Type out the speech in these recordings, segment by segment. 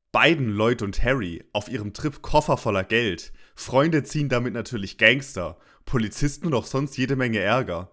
Biden, Lloyd und Harry auf ihrem Trip Koffer voller Geld. Freunde ziehen damit natürlich Gangster. Polizisten und auch sonst jede Menge Ärger.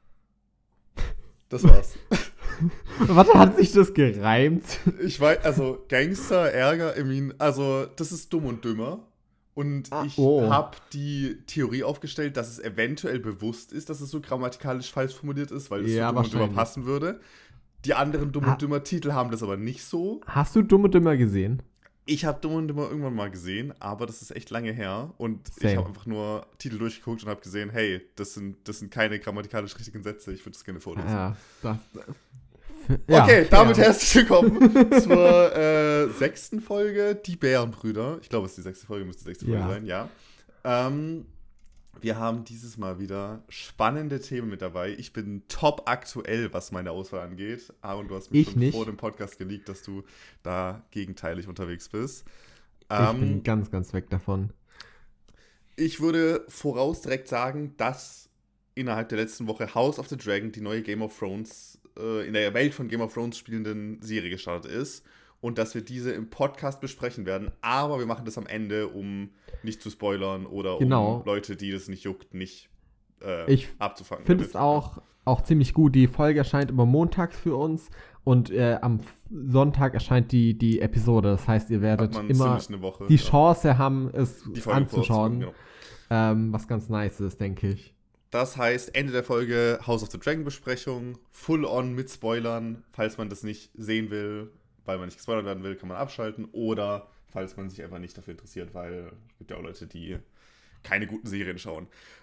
Das war's. Warte, hat sich das gereimt? Ich weiß, also Gangster, Ärger, also das ist Dumm und Dümmer. Und ich habe die Theorie aufgestellt, dass es eventuell bewusst ist, dass es so grammatikalisch falsch formuliert ist, weil es zu Dumm und Dümmer passen würde. Die anderen Dumm und Dümmer Titel haben das aber nicht so. Hast du Dumm und Dümmer gesehen? Ich habe Dumm und Dümmer irgendwann mal gesehen, aber das ist echt lange her. Und ich habe einfach nur Titel durchgeguckt und habe gesehen, hey, das sind keine grammatikalisch richtigen Sätze. Ich würde das gerne vorlesen. Ja, okay, damit herzlich willkommen zur 6. Folge, die Bärenbrüder. Ich glaube, es ist die 6. Folge, müsste die 6. Folge sein, ja. Wir haben dieses Mal wieder spannende Themen mit dabei. Ich bin top aktuell, was meine Auswahl angeht. Und du hast mich schon vor dem Podcast geleakt, dass du da gegenteilig unterwegs bist. Ich bin ganz, ganz weg davon. Ich würde voraus direkt sagen, dass innerhalb der letzten Woche House of the Dragon, die neue Game of Thrones, in der Welt von Game of Thrones spielenden Serie gestartet ist. Und dass wir diese im Podcast besprechen werden. Aber wir machen das am Ende, um nicht zu spoilern oder um Leute, die das nicht juckt, nicht abzufangen. Ich finde es auch ziemlich gut. Die Folge erscheint immer montags für uns und am Sonntag erscheint die Episode. Das heißt, ihr werdet immer die Chance haben, es anzuschauen. Was ganz nice ist, denke ich. Das heißt, Ende der Folge House of the Dragon Besprechung, full on mit Spoilern, falls man das nicht sehen will. Weil man nicht gespoilert werden will, kann man abschalten. Oder falls man sich einfach nicht dafür interessiert, weil es gibt ja auch Leute, die keine guten Serien schauen.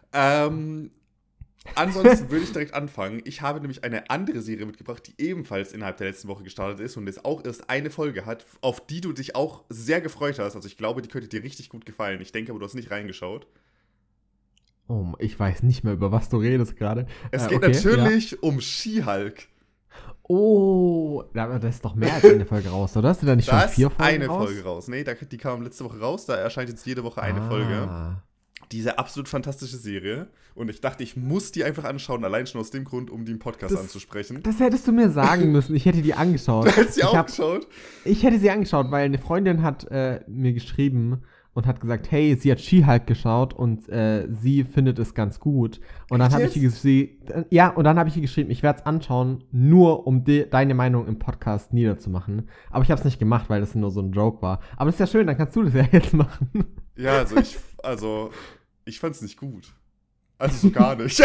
Ansonsten würde ich direkt anfangen. Ich habe nämlich eine andere Serie mitgebracht, die ebenfalls innerhalb der letzten Woche gestartet ist und jetzt auch erst eine Folge hat, auf die du dich auch sehr gefreut hast. Also ich glaube, die könnte dir richtig gut gefallen. Ich denke aber, du hast nicht reingeschaut. Oh, ich weiß nicht mehr, über was du redest gerade. Es geht natürlich um She-Hulk. Oh, da ist doch mehr als eine Folge raus, oder? Hast du da nicht schon 4 Folgen raus? Folge raus. Nee, die kam letzte Woche raus. Da erscheint jetzt jede Woche eine Folge. Diese absolut fantastische Serie. Und ich dachte, ich muss die einfach anschauen, allein schon aus dem Grund, um die im Podcast anzusprechen. Das hättest du mir sagen müssen. Ich hätte die angeschaut. Du hättest sie auch geschaut? Ich hätte sie angeschaut, weil eine Freundin hat mir geschrieben und hat gesagt, hey, sie hat She-Hulk geschaut und sie findet es ganz gut. Und dann habe ich ihr geschrieben, ich werde es anschauen, nur um deine Meinung im Podcast niederzumachen. Aber ich habe es nicht gemacht, weil das nur so ein Joke war. Aber das ist ja schön, dann kannst du das ja jetzt machen. Ja, ich fand es nicht gut. Also so gar nicht.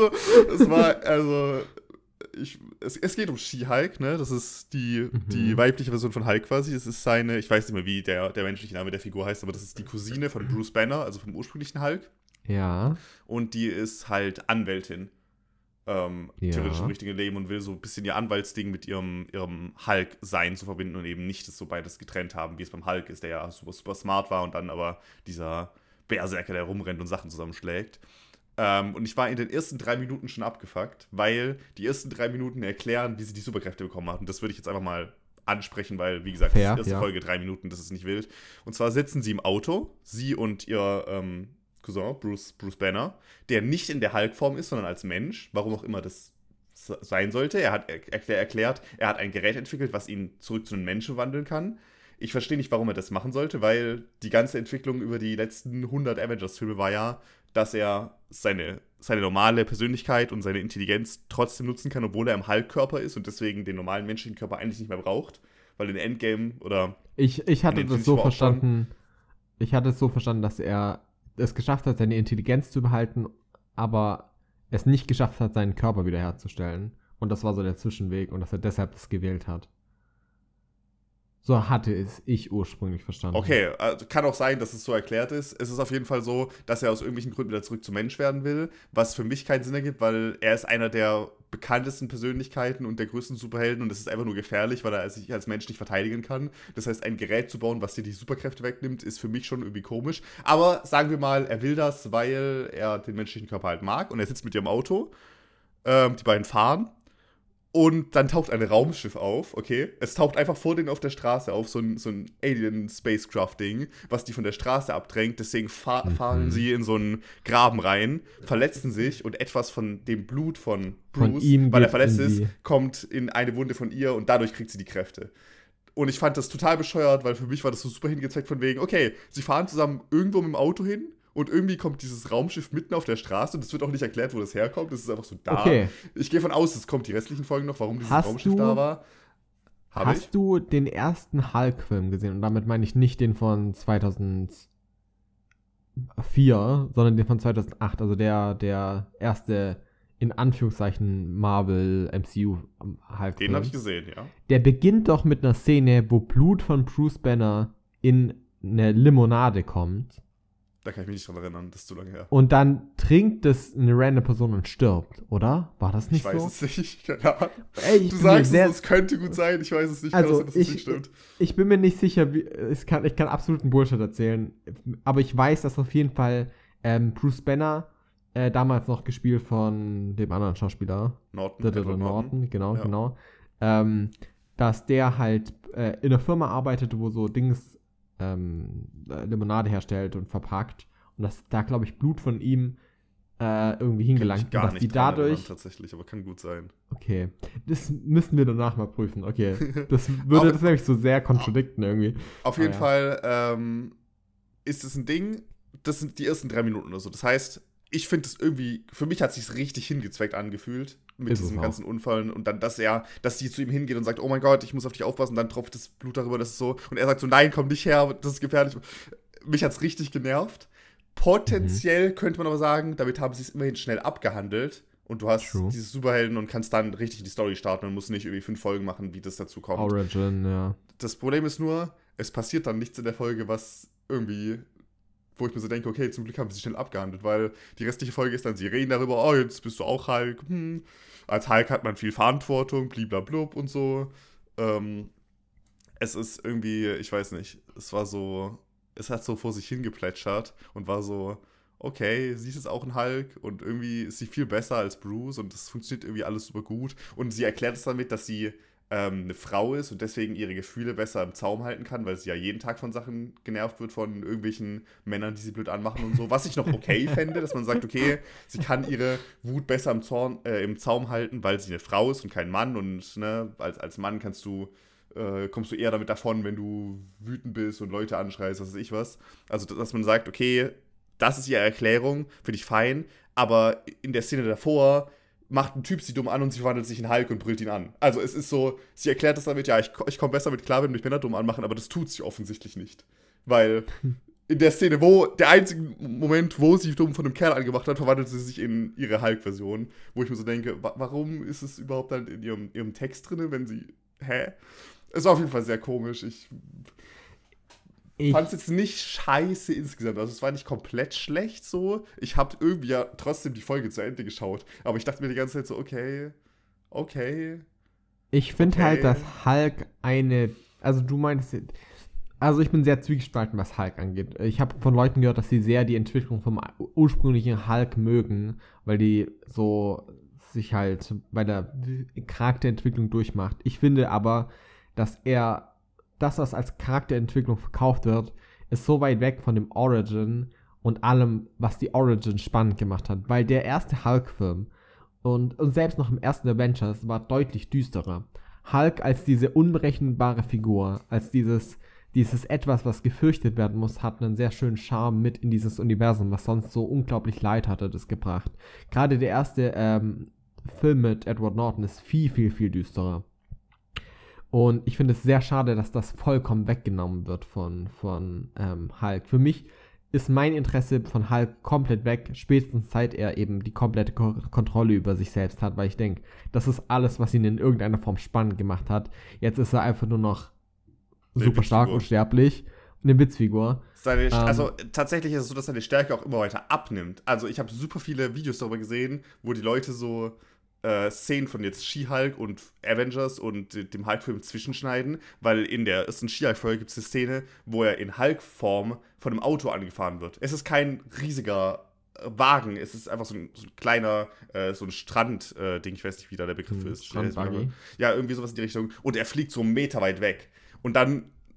Es geht um She-Hulk, ne? Das ist die weibliche Version von Hulk quasi. Es ist seine, ich weiß nicht mehr, wie der menschliche Name der Figur heißt, aber das ist die Cousine von Bruce Banner, also vom ursprünglichen Hulk. Ja. Und die ist halt Anwältin. Theoretisch im richtigen Leben und will so ein bisschen ihr Anwaltsding mit ihrem Hulk-Sein zu verbinden und eben nicht das so beides getrennt haben, wie es beim Hulk ist, der ja super, super smart war und dann aber dieser Berserker, der rumrennt und Sachen zusammenschlägt. Und ich war in den ersten 3 Minuten schon abgefuckt, weil die ersten 3 Minuten erklären, wie sie die Superkräfte bekommen hat. Und das würde ich jetzt einfach mal ansprechen, weil, wie gesagt, das ist die erste Folge, 3 Minuten, das ist nicht wild. Und zwar sitzen sie im Auto, sie und ihr Cousin, Bruce Banner, der nicht in der Hulk-Form ist, sondern als Mensch, warum auch immer das sein sollte. Er hat erklärt, er hat ein Gerät entwickelt, was ihn zurück zu einem Menschen wandeln kann. Ich verstehe nicht, warum er das machen sollte, weil die ganze Entwicklung über die letzten 100 Avengers-Filme war ja, dass er seine normale Persönlichkeit und seine Intelligenz trotzdem nutzen kann, obwohl er im Hulk-Körper ist und deswegen den normalen menschlichen Körper eigentlich nicht mehr braucht, weil in Endgame oder... Ich hatte es so verstanden, dass er es geschafft hat, seine Intelligenz zu behalten, aber es nicht geschafft hat, seinen Körper wiederherzustellen. Und das war so der Zwischenweg und dass er deshalb das gewählt hat. So hatte es ich ursprünglich verstanden. Okay, also kann auch sein, dass es so erklärt ist. Es ist auf jeden Fall so, dass er aus irgendwelchen Gründen wieder zurück zum Mensch werden will, was für mich keinen Sinn ergibt, weil er ist einer der bekanntesten Persönlichkeiten und der größten Superhelden und es ist einfach nur gefährlich, weil er sich als Mensch nicht verteidigen kann. Das heißt, ein Gerät zu bauen, was dir die Superkräfte wegnimmt, ist für mich schon irgendwie komisch. Aber sagen wir mal, er will das, weil er den menschlichen Körper halt mag und er sitzt mit ihrem Auto. Die beiden fahren. Und dann taucht ein Raumschiff auf, okay? Es taucht einfach vor denen auf der Straße auf, so ein Alien-Spacecraft-Ding, was die von der Straße abdrängt. Deswegen fahren sie in so einen Graben rein, verletzen sich und etwas von dem Blut von Bruce, weil er verletzt ist, kommt in eine Wunde von ihr und dadurch kriegt sie die Kräfte. Und ich fand das total bescheuert, weil für mich war das so super hingezeigt von wegen, okay, sie fahren zusammen irgendwo mit dem Auto hin und irgendwie kommt dieses Raumschiff mitten auf der Straße und es wird auch nicht erklärt, wo das herkommt. Das ist einfach so da. Okay. Ich gehe von aus, es kommt die restlichen Folgen noch, warum dieses Raumschiff da war. Hast du den ersten Hulk-Film gesehen? Und damit meine ich nicht den von 2004, sondern den von 2008. Also der erste, in Anführungszeichen, Marvel MCU Hulk-Film. Den habe ich gesehen, ja. Der beginnt doch mit einer Szene, wo Blut von Bruce Banner in eine Limonade kommt. Da kann ich mich nicht dran erinnern, das ist zu lange her. Und dann trinkt es eine random Person und stirbt, oder? War das nicht so? Ich weiß es nicht, keine Ahnung. Ey, du sagst es könnte gut sein, ich weiß es nicht, also dass das nicht stimmt. Ich bin mir nicht sicher, ich kann absoluten Bullshit erzählen, aber ich weiß, dass auf jeden Fall Bruce Banner, damals noch gespielt von dem anderen Schauspieler, Norton, genau, dass der halt in einer Firma arbeitete, wo so Limonade herstellt und verpackt und dass da, glaube ich, Blut von ihm irgendwie hingelangt. Gar dass nicht die dadurch tatsächlich, aber kann gut sein. Okay, das müssen wir danach mal prüfen. Okay, das würde das nämlich so sehr kontradikten irgendwie. Auf jeden Fall ist es ein Ding, das sind die ersten 3 Minuten oder so. Das heißt, ich finde es irgendwie, für mich hat es sich richtig hingezweckt angefühlt mit diesem ganzen Unfall und dann, dass sie zu ihm hingeht und sagt, oh mein Gott, ich muss auf dich aufpassen und dann tropft das Blut darüber, das ist so, und er sagt so, nein, komm nicht her, das ist gefährlich. Mich hat es richtig genervt. Potenziell könnte man aber sagen, damit haben sie es immerhin schnell abgehandelt und du hast diese Superhelden und kannst dann richtig die Story starten und musst nicht irgendwie 5 Folgen machen, wie das dazu kommt. Origin, ja. Das Problem ist nur, es passiert dann nichts in der Folge, was irgendwie, wo ich mir so denke, okay, zum Glück haben sie schnell abgehandelt, weil die restliche Folge ist dann, sie reden darüber, oh, jetzt bist du auch Hulk. Als Hulk hat man viel Verantwortung, bliblablub und so. Es ist irgendwie, ich weiß nicht, es hat so vor sich hingeplätschert und war so, okay, sie ist jetzt auch ein Hulk und irgendwie ist sie viel besser als Bruce und das funktioniert irgendwie alles super gut. Und sie erklärt es damit, dass sie eine Frau ist und deswegen ihre Gefühle besser im Zaum halten kann, weil sie ja jeden Tag von Sachen genervt wird, von irgendwelchen Männern, die sie blöd anmachen und so. Was ich noch okay fände, dass man sagt, okay, sie kann ihre Wut besser im Zaum halten, weil sie eine Frau ist und kein Mann und ne, als Mann kommst du eher damit davon, wenn du wütend bist und Leute anschreist, was weiß ich was. Also, dass man sagt, okay, das ist ihre Erklärung, finde ich fein, aber in der Szene davor macht ein Typ sie dumm an und sie verwandelt sich in Hulk und brüllt ihn an. Also es ist so, sie erklärt das damit, ja, ich komme besser mit klar, wenn mich Männer dumm anmachen, aber das tut sie offensichtlich nicht. Weil in der Szene, der einzige Moment, wo sie dumm von einem Kerl angemacht hat, verwandelt sie sich in ihre Hulk-Version, wo ich mir so denke, warum ist es überhaupt dann in ihrem Text drin, wenn sie, Es war auf jeden Fall sehr komisch. Ich fand es jetzt nicht scheiße insgesamt. Also es war nicht komplett schlecht so. Ich habe irgendwie ja trotzdem die Folge zu Ende geschaut. Aber ich dachte mir die ganze Zeit so, okay. Ich finde halt, dass Hulk also du meinst, also ich bin sehr zwiegespalten, was Hulk angeht. Ich habe von Leuten gehört, dass sie sehr die Entwicklung vom ursprünglichen Hulk mögen, weil die so sich halt bei der Charakterentwicklung durchmacht. Ich finde aber, dass das, was als Charakterentwicklung verkauft wird, ist so weit weg von dem Origin und allem, was die Origin spannend gemacht hat. Weil der erste Hulk-Film und selbst noch im ersten Avengers war deutlich düsterer. Hulk als diese unberechenbare Figur, als dieses Etwas, was gefürchtet werden muss, hat einen sehr schönen Charme mit in dieses Universum, was sonst so unglaublich Leid hatte, das gebracht. Gerade der erste Film mit Edward Norton ist viel, viel, viel düsterer. Und ich finde es sehr schade, dass das vollkommen weggenommen wird von Hulk. Für mich ist mein Interesse von Hulk komplett weg, spätestens seit er eben die komplette Kontrolle über sich selbst hat, weil ich denke, das ist alles, was ihn in irgendeiner Form spannend gemacht hat. Jetzt ist er einfach nur noch super stark, unsterblich, eine Witzfigur. Also tatsächlich ist es so, dass seine Stärke auch immer weiter abnimmt. Also ich habe super viele Videos darüber gesehen, wo die Leute so Szenen von jetzt She-Hulk und Avengers und dem Hulk-Film zwischenschneiden, weil in der ersten She-Hulk-Folge gibt es eine Szene, wo er in Hulk-Form von einem Auto angefahren wird. Es ist kein riesiger Wagen, es ist einfach so ein kleiner, so ein Strand-Ding, ich weiß nicht, wie da der Begriff ist. Strandwagen. Ja, irgendwie sowas in die Richtung. Und er fliegt so einen Meter weit weg. Und dann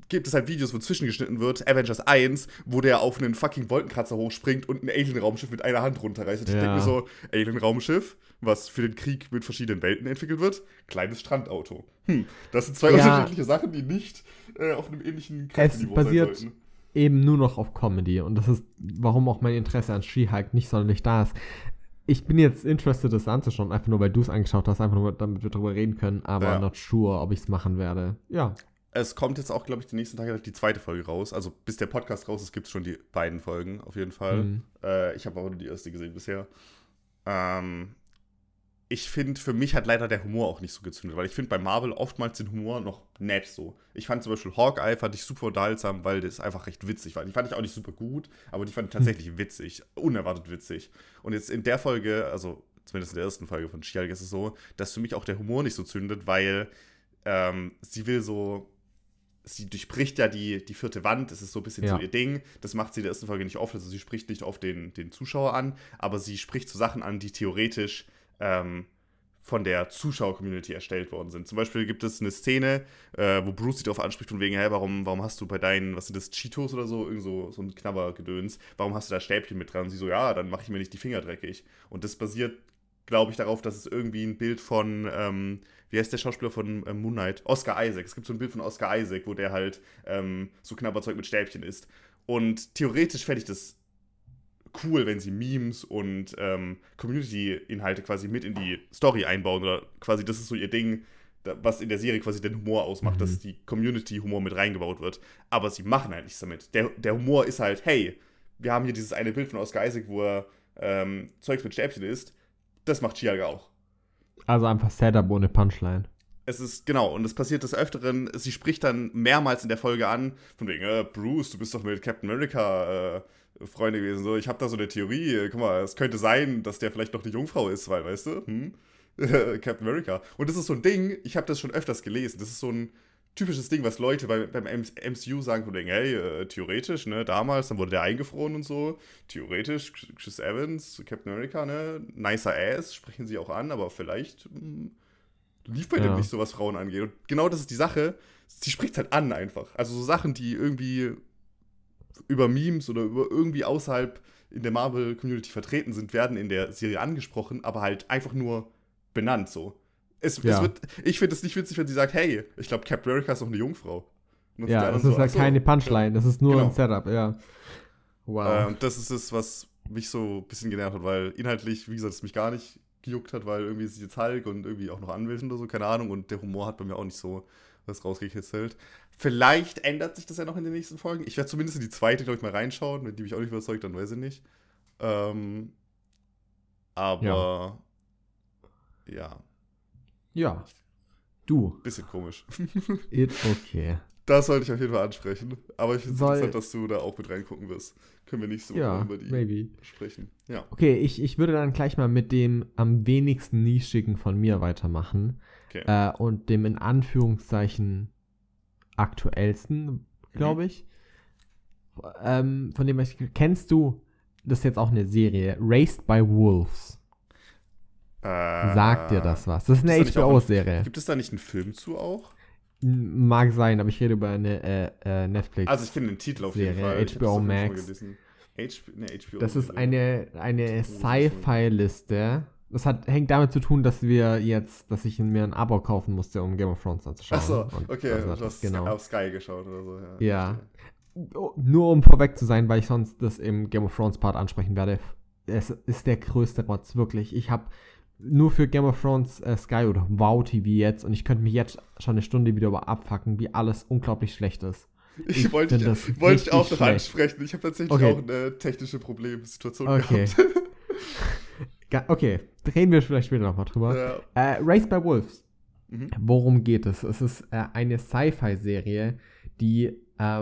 gibt es halt Videos, wo zwischengeschnitten wird, Avengers 1, wo der auf einen fucking Wolkenkratzer hochspringt und ein Alien-Raumschiff mit einer Hand runterreißt. Und ich denke mir so, Alien-Raumschiff, was für den Krieg mit verschiedenen Welten entwickelt wird, kleines Strandauto. Das sind zwei unterschiedliche Sachen, die nicht auf einem ähnlichen Kräfteniveau sein sollten. Eben nur noch auf Comedy. Und das ist, warum auch mein Interesse an She-Hulk nicht sonderlich da ist. Ich bin jetzt interested, das anzuschauen, einfach nur, weil du es angeschaut hast, einfach nur, damit wir drüber reden können, aber not sure, ob ich es machen werde. Ja. Es kommt jetzt auch, glaube ich, die nächsten Tage die zweite Folge raus. Also bis der Podcast raus ist, gibt es schon die beiden Folgen, auf jeden Fall. Ich habe aber nur die erste gesehen bisher. Ich finde, für mich hat leider der Humor auch nicht so gezündet, weil ich finde bei Marvel oftmals den Humor noch nett so. Ich fand zum Beispiel Hawkeye fand ich super unterhaltsam, weil das einfach recht witzig war. Die fand ich auch nicht super gut, aber die fand ich tatsächlich witzig, unerwartet witzig. Und jetzt in der Folge, also zumindest in der ersten Folge von She-Hulk ist es so, dass für mich auch der Humor nicht so zündet, weil sie durchbricht ja die vierte Wand, das ist so ein bisschen so ihr Ding. Das macht sie in der ersten Folge nicht oft, also sie spricht nicht auf den Zuschauer an, aber sie spricht so Sachen an, die theoretisch von der Zuschauer-Community erstellt worden sind. Zum Beispiel gibt es eine Szene, wo Bruce sich darauf anspricht, von wegen, hey, warum hast du bei deinen, was sind das, Cheetos oder so, irgend so ein Knabbergedöns, warum hast du da Stäbchen mit dran? Und sie so, ja, dann mache ich mir nicht die Finger dreckig. Und das basiert, glaube ich, darauf, dass es irgendwie ein Bild von, wie heißt der Schauspieler von Moon Knight? Oscar Isaac. Es gibt so ein Bild von Oscar Isaac, wo der halt so Knabberzeug mit Stäbchen isst. Und theoretisch fände ich das cool, wenn sie Memes und Community-Inhalte quasi mit in die Story einbauen. Oder quasi, das ist so ihr Ding, was in der Serie quasi den Humor ausmacht, dass die Community-Humor mit reingebaut wird. Aber sie machen halt nichts damit. Der Humor ist halt, hey, wir haben hier dieses eine Bild von Oscar Isaac, wo er Zeugs mit Stäbchen isst. Das macht She-Hulk auch. Also einfach Setup ohne Punchline. Es ist, genau, und es passiert des Öfteren, sie spricht dann mehrmals in der Folge an, von wegen, Bruce, du bist doch mit Captain America Freunde gewesen, so, ich habe da so eine Theorie, guck mal, es könnte sein, dass der vielleicht noch eine Jungfrau ist, weil, weißt du, Captain America. Und das ist so ein Ding, ich habe das schon öfters gelesen, das ist so ein typisches Ding, was Leute beim MCU sagen, von wegen, hey, theoretisch, ne, damals, dann wurde der eingefroren und so, theoretisch, Chris Evans, Captain America, ne, nicer Ass, sprechen sie auch an, aber vielleicht lief bei dem nicht so, was Frauen angeht. Und genau das ist die Sache, sie spricht halt an einfach. Also so Sachen, die irgendwie über Memes oder über irgendwie außerhalb in der Marvel-Community vertreten sind, werden in der Serie angesprochen, aber halt einfach nur benannt so. Ich finde es nicht witzig, wenn sie sagt, hey, ich glaube, Captain America ist noch eine Jungfrau. Ja, das ist halt keine Punchline, das ist nur ein Setup, ja. Wow. Und das ist es, was mich so ein bisschen genervt hat, weil inhaltlich, wie gesagt, es mich gar nicht gejuckt hat, weil irgendwie ist sie jetzt Hulk und irgendwie auch noch anwesend oder so, keine Ahnung, und der Humor hat bei mir auch nicht so was rausgekitzelt. Vielleicht ändert sich das ja noch in den nächsten Folgen. Ich werde zumindest in die zweite, glaube ich, mal reinschauen. Wenn die mich auch nicht überzeugt, dann weiß ich nicht. Aber ja. Du. Bisschen komisch. Okay. Das sollte ich auf jeden Fall ansprechen. Aber ich finde es interessant, dass du da auch mit reingucken wirst. Können wir nächste Woche über die sprechen. Ja. Okay, ich würde dann gleich mal mit dem am wenigsten nischigen von mir weitermachen. Okay. Und dem in Anführungszeichen aktuellsten, glaube ich. Von dem kennst du, das ist jetzt auch eine Serie, Raised by Wolves. Sagt dir das was? Das ist eine HBO-Serie. Gibt es da nicht einen Film zu auch? Mag sein, aber ich rede über eine Netflix. Also ich finde den Titel auf jeden Fall. HBO Max. HBO das ist eine Sci-Fi-Liste. Das hängt damit zu tun, dass ich mir ein Abo kaufen musste, um Game of Thrones anzuschauen. Achso, okay, du hast auf Sky geschaut oder so. Ja. Nur um vorweg zu sein, weil ich sonst das im Game of Thrones Part ansprechen werde. Es ist der größte Rotz, wirklich. Ich habe nur für Game of Thrones Sky oder Wow TV jetzt und ich könnte mich jetzt schon eine Stunde wieder über abfacken, wie alles unglaublich schlecht ist. Ich wollte ich auch noch ansprechen. Ich habe tatsächlich auch eine technische Problemsituation gehabt. Okay, reden wir vielleicht später nochmal drüber. Ja. Raised by Wolves. Worum geht es? Es ist eine Sci-Fi-Serie, die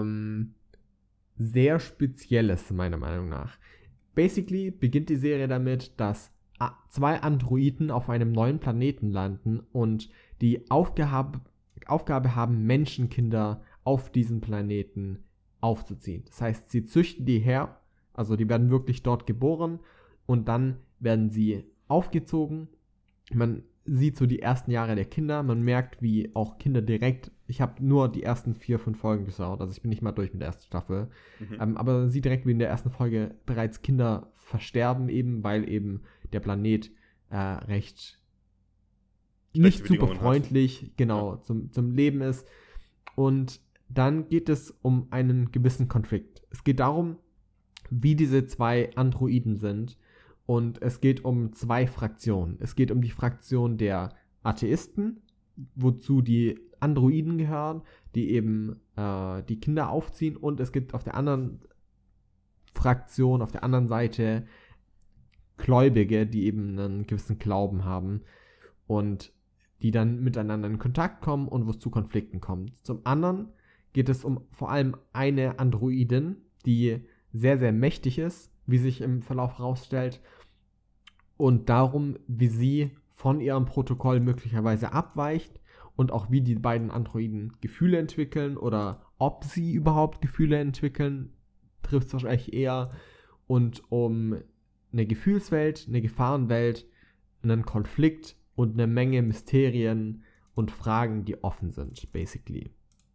sehr speziell ist, meiner Meinung nach. Basically beginnt die Serie damit, dass 2 Androiden auf einem neuen Planeten landen und die Aufgabe haben, Menschenkinder auf diesem Planeten aufzuziehen. Das heißt, sie züchten die her, also die werden wirklich dort geboren und dann werden sie aufgezogen. Man sieht so die ersten Jahre der Kinder, man merkt, wie auch Kinder direkt ich habe nur die ersten 4, 5 Folgen geschaut, also ich bin nicht mal durch mit der ersten Staffel. Aber man sieht direkt, wie in der ersten Folge bereits Kinder versterben eben, weil eben der Planet recht nicht super freundlich, zum Leben ist. Und dann geht es um einen gewissen Konflikt. Es geht darum, wie diese 2 Androiden sind. Und es geht um 2 Fraktionen. Es geht um die Fraktion der Atheisten, wozu die Androiden gehören, die eben die Kinder aufziehen. Und es gibt auf der anderen Fraktion, auf der anderen Seite Gläubige, die eben einen gewissen Glauben haben und die dann miteinander in Kontakt kommen und wo es zu Konflikten kommt. Zum anderen geht es um vor allem eine Androidin, die sehr, sehr mächtig ist, wie sich im Verlauf herausstellt, und darum, wie sie von ihrem Protokoll möglicherweise abweicht und auch wie die beiden Androiden Gefühle entwickeln oder ob sie überhaupt Gefühle entwickeln, trifft es wahrscheinlich eher, und um eine Gefühlswelt, eine Gefahrenwelt, einen Konflikt und eine Menge Mysterien und Fragen, die offen sind, basically.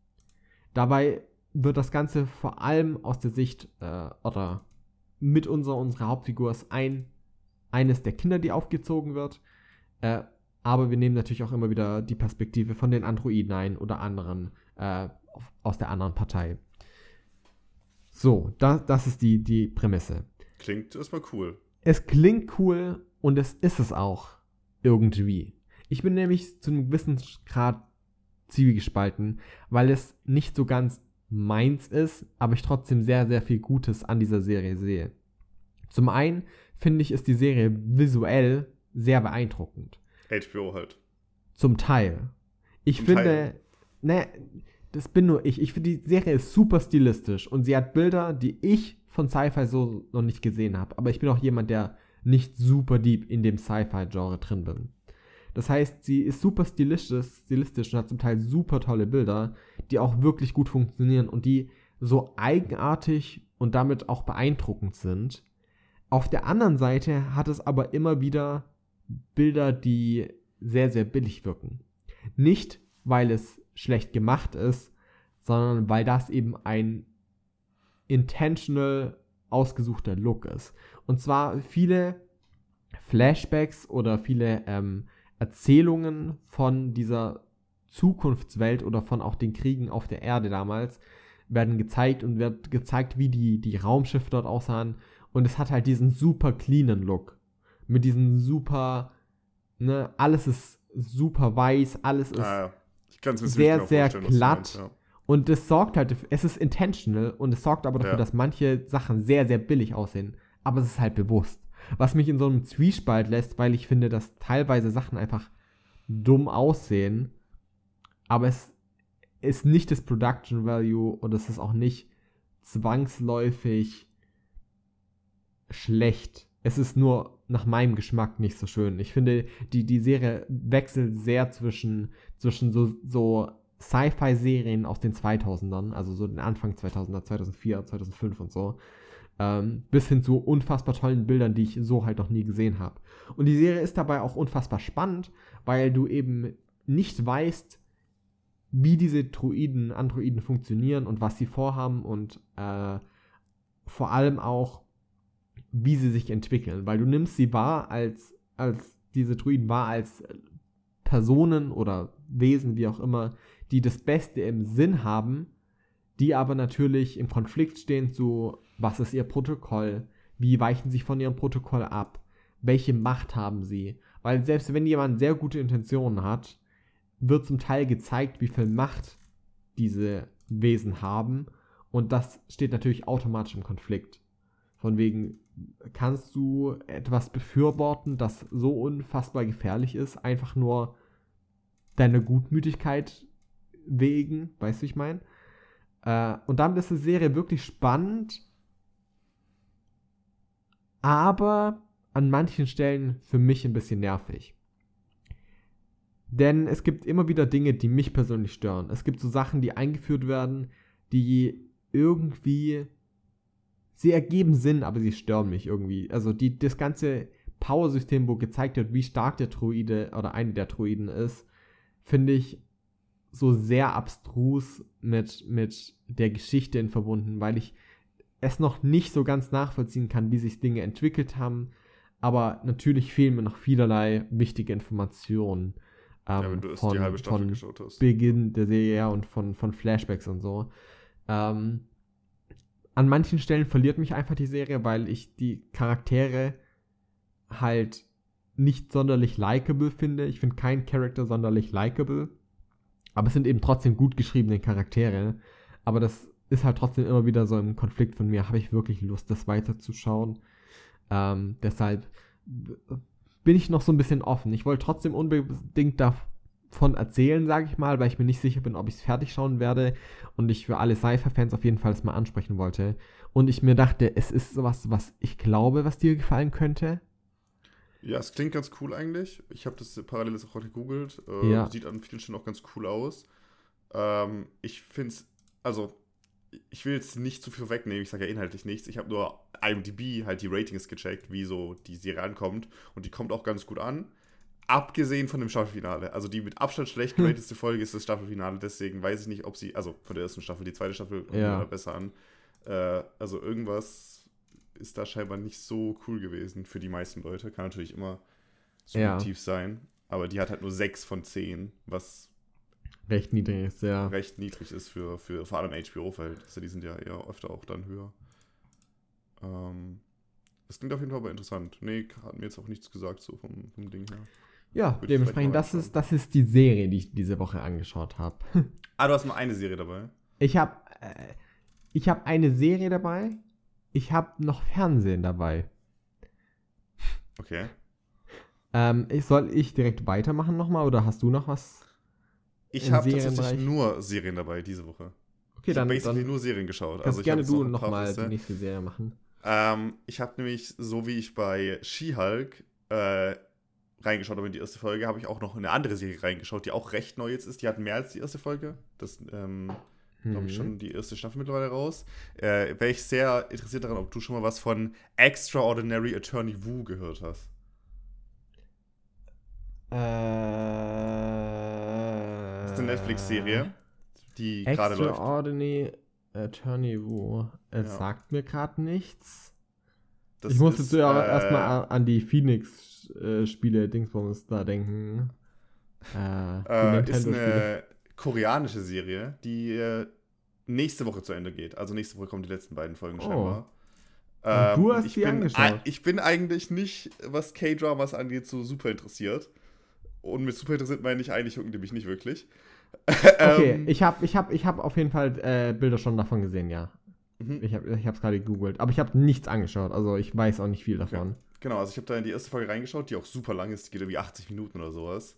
Dabei wird das Ganze vor allem aus der Sicht oder mit unserer Hauptfigur ist eines der Kinder, die aufgezogen wird, aber wir nehmen natürlich auch immer wieder die Perspektive von den Androiden ein oder anderen aus der anderen Partei. So, das ist die Prämisse. Klingt erstmal cool. Es klingt cool und es ist es auch irgendwie. Ich bin nämlich zu einem gewissen Grad zwiegespalten, weil es nicht so ganz meins ist, aber ich trotzdem sehr, sehr viel Gutes an dieser Serie sehe. Zum einen finde ich, ist die Serie visuell sehr beeindruckend. HBO halt. Zum Teil. Ich finde, das bin nur ich. Ich finde, die Serie ist super stilistisch und sie hat Bilder, die ich von Sci-Fi so noch nicht gesehen habe. Aber ich bin auch jemand, der nicht super deep in dem Sci-Fi-Genre drin bin. Das heißt, sie ist super stilistisch und hat zum Teil super tolle Bilder, die auch wirklich gut funktionieren und die so eigenartig und damit auch beeindruckend sind. Auf der anderen Seite hat es aber immer wieder Bilder, die sehr, sehr billig wirken. Nicht, weil es schlecht gemacht ist, sondern weil das eben ein intentional ausgesuchter Look ist. Und zwar viele Flashbacks oder viele Erzählungen von dieser Zukunftswelt oder von auch den Kriegen auf der Erde damals werden gezeigt und wird gezeigt, wie die Raumschiffe dort aussahen. Und es hat halt diesen super cleanen Look. Mit diesen super, alles ist super weiß, alles ist sehr, sehr glatt. Ja. Und es sorgt halt, es ist intentional und es sorgt aber dafür, dass manche Sachen sehr, sehr billig aussehen. Aber es ist halt bewusst. Was mich in so einem Zwiespalt lässt, weil ich finde, dass teilweise Sachen einfach dumm aussehen. Aber es ist nicht das Production Value und es ist auch nicht zwangsläufig schlecht. Es ist nur nach meinem Geschmack nicht so schön. Ich finde, die Serie wechselt sehr zwischen so Sci-Fi-Serien aus den 2000ern, also so den Anfang 2000er, 2004, 2005 und so, bis hin zu unfassbar tollen Bildern, die ich so halt noch nie gesehen habe. Und die Serie ist dabei auch unfassbar spannend, weil du eben nicht weißt, wie diese Androiden funktionieren und was sie vorhaben und vor allem auch, wie sie sich entwickeln. Weil du nimmst sie wahr als diese Droiden wahr als Personen oder Wesen, wie auch immer, die das Beste im Sinn haben, die aber natürlich im Konflikt stehen zu, was ist ihr Protokoll, wie weichen sie von ihrem Protokoll ab, welche Macht haben sie. Weil selbst wenn jemand sehr gute Intentionen hat, wird zum Teil gezeigt, wie viel Macht diese Wesen haben, und das steht natürlich automatisch im Konflikt. Von wegen, kannst du etwas befürworten, das so unfassbar gefährlich ist, einfach nur deiner Gutmütigkeit wegen, weißt du, ich meine? Und damit ist die Serie wirklich spannend, aber an manchen Stellen für mich ein bisschen nervig. Denn es gibt immer wieder Dinge, die mich persönlich stören. Es gibt so Sachen, die eingeführt werden, die irgendwie, sie ergeben Sinn, aber sie stören mich irgendwie. Also das ganze Power-System, wo gezeigt wird, wie stark der Droide oder eine der Droiden ist, finde ich so sehr abstrus mit der Geschichte verbunden, weil ich es noch nicht so ganz nachvollziehen kann, wie sich Dinge entwickelt haben. Aber natürlich fehlen mir noch vielerlei wichtige Informationen. Wenn du die halbe Staffel geschaut hast. Beginn der Serie und von Flashbacks und so. An manchen Stellen verliert mich einfach die Serie, weil ich die Charaktere halt nicht sonderlich likable finde. Ich finde keinen Charakter sonderlich likable. Aber es sind eben trotzdem gut geschriebene Charaktere. Aber das ist halt trotzdem immer wieder so ein Konflikt von mir. Habe ich wirklich Lust, das weiterzuschauen? Deshalb bin ich noch so ein bisschen offen. Ich wollte trotzdem unbedingt davon erzählen, sage ich mal, weil ich mir nicht sicher bin, ob ich es fertig schauen werde und ich für alle Sci-Fi-Fans auf jeden Fall es mal ansprechen wollte. Und ich mir dachte, es ist sowas, was ich glaube, was dir gefallen könnte. Ja, es klingt ganz cool eigentlich. Ich habe das parallel auch heute gegoogelt. Sieht an vielen Stellen auch ganz cool aus. Ich finde es, also ich will jetzt nicht zu viel wegnehmen, ich sage ja inhaltlich nichts. Ich habe nur IMDb halt die Ratings gecheckt, wie so die Serie ankommt. Und die kommt auch ganz gut an. Abgesehen von dem Staffelfinale. Also die mit Abstand schlecht gerateste Folge ist das Staffelfinale. Deswegen weiß ich nicht, ob sie, also von der ersten Staffel, die zweite Staffel kommt da besser an. Also irgendwas ist da scheinbar nicht so cool gewesen für die meisten Leute. Kann natürlich immer subjektiv sein. Aber die hat halt nur 6 von 10, was recht niedrig ist, ja. Recht niedrig ist für vor allem HBO-Verhältnisse. Die sind ja eher öfter auch dann höher. Das klingt auf jeden Fall aber interessant. Nee, hat mir jetzt auch nichts gesagt, so vom Ding her. Ja, dementsprechend, das ist die Serie, die ich diese Woche angeschaut habe. Du hast nur eine Serie dabei? Ich habe eine Serie dabei. Ich habe noch Fernsehen dabei. Okay. Soll ich direkt weitermachen nochmal oder hast du noch was? Ich habe tatsächlich nur Serien dabei diese Woche. Okay, ich habe basically nur Serien geschaut. Kannst gerne du nochmal die nächste Serie machen. Ich habe nämlich, so wie ich bei She-Hulk reingeschaut habe in die erste Folge, habe ich auch noch in eine andere Serie reingeschaut, die auch recht neu jetzt ist. Die hat mehr als die erste Folge. Das glaube ich schon die erste Staffel mittlerweile raus. Wäre ich sehr interessiert daran, ob du schon mal was von Extraordinary Attorney Woo gehört hast. Das ist eine Netflix-Serie, die gerade läuft. Extraordinary Attorney Woo. Es sagt mir gerade nichts. Ich musste zuerst erstmal an die Phoenix-Spiele Dingsbums da denken. Ist eine koreanische Serie, die nächste Woche zu Ende geht. Also nächste Woche kommen die letzten beiden Folgen scheinbar. Und du hast die angeschaut. Ich bin eigentlich nicht, was K-Dramas angeht, so super interessiert. Und mit super interessiert meine ich eigentlich irgendwie mich nicht wirklich. Okay, ich hab auf jeden Fall Bilder schon davon gesehen, ja. Ich hab's gerade gegoogelt. Aber ich habe nichts angeschaut, also ich weiß auch nicht viel davon. Okay. Genau, also ich habe da in die erste Folge reingeschaut, die auch super lang ist, die geht irgendwie 80 Minuten oder sowas.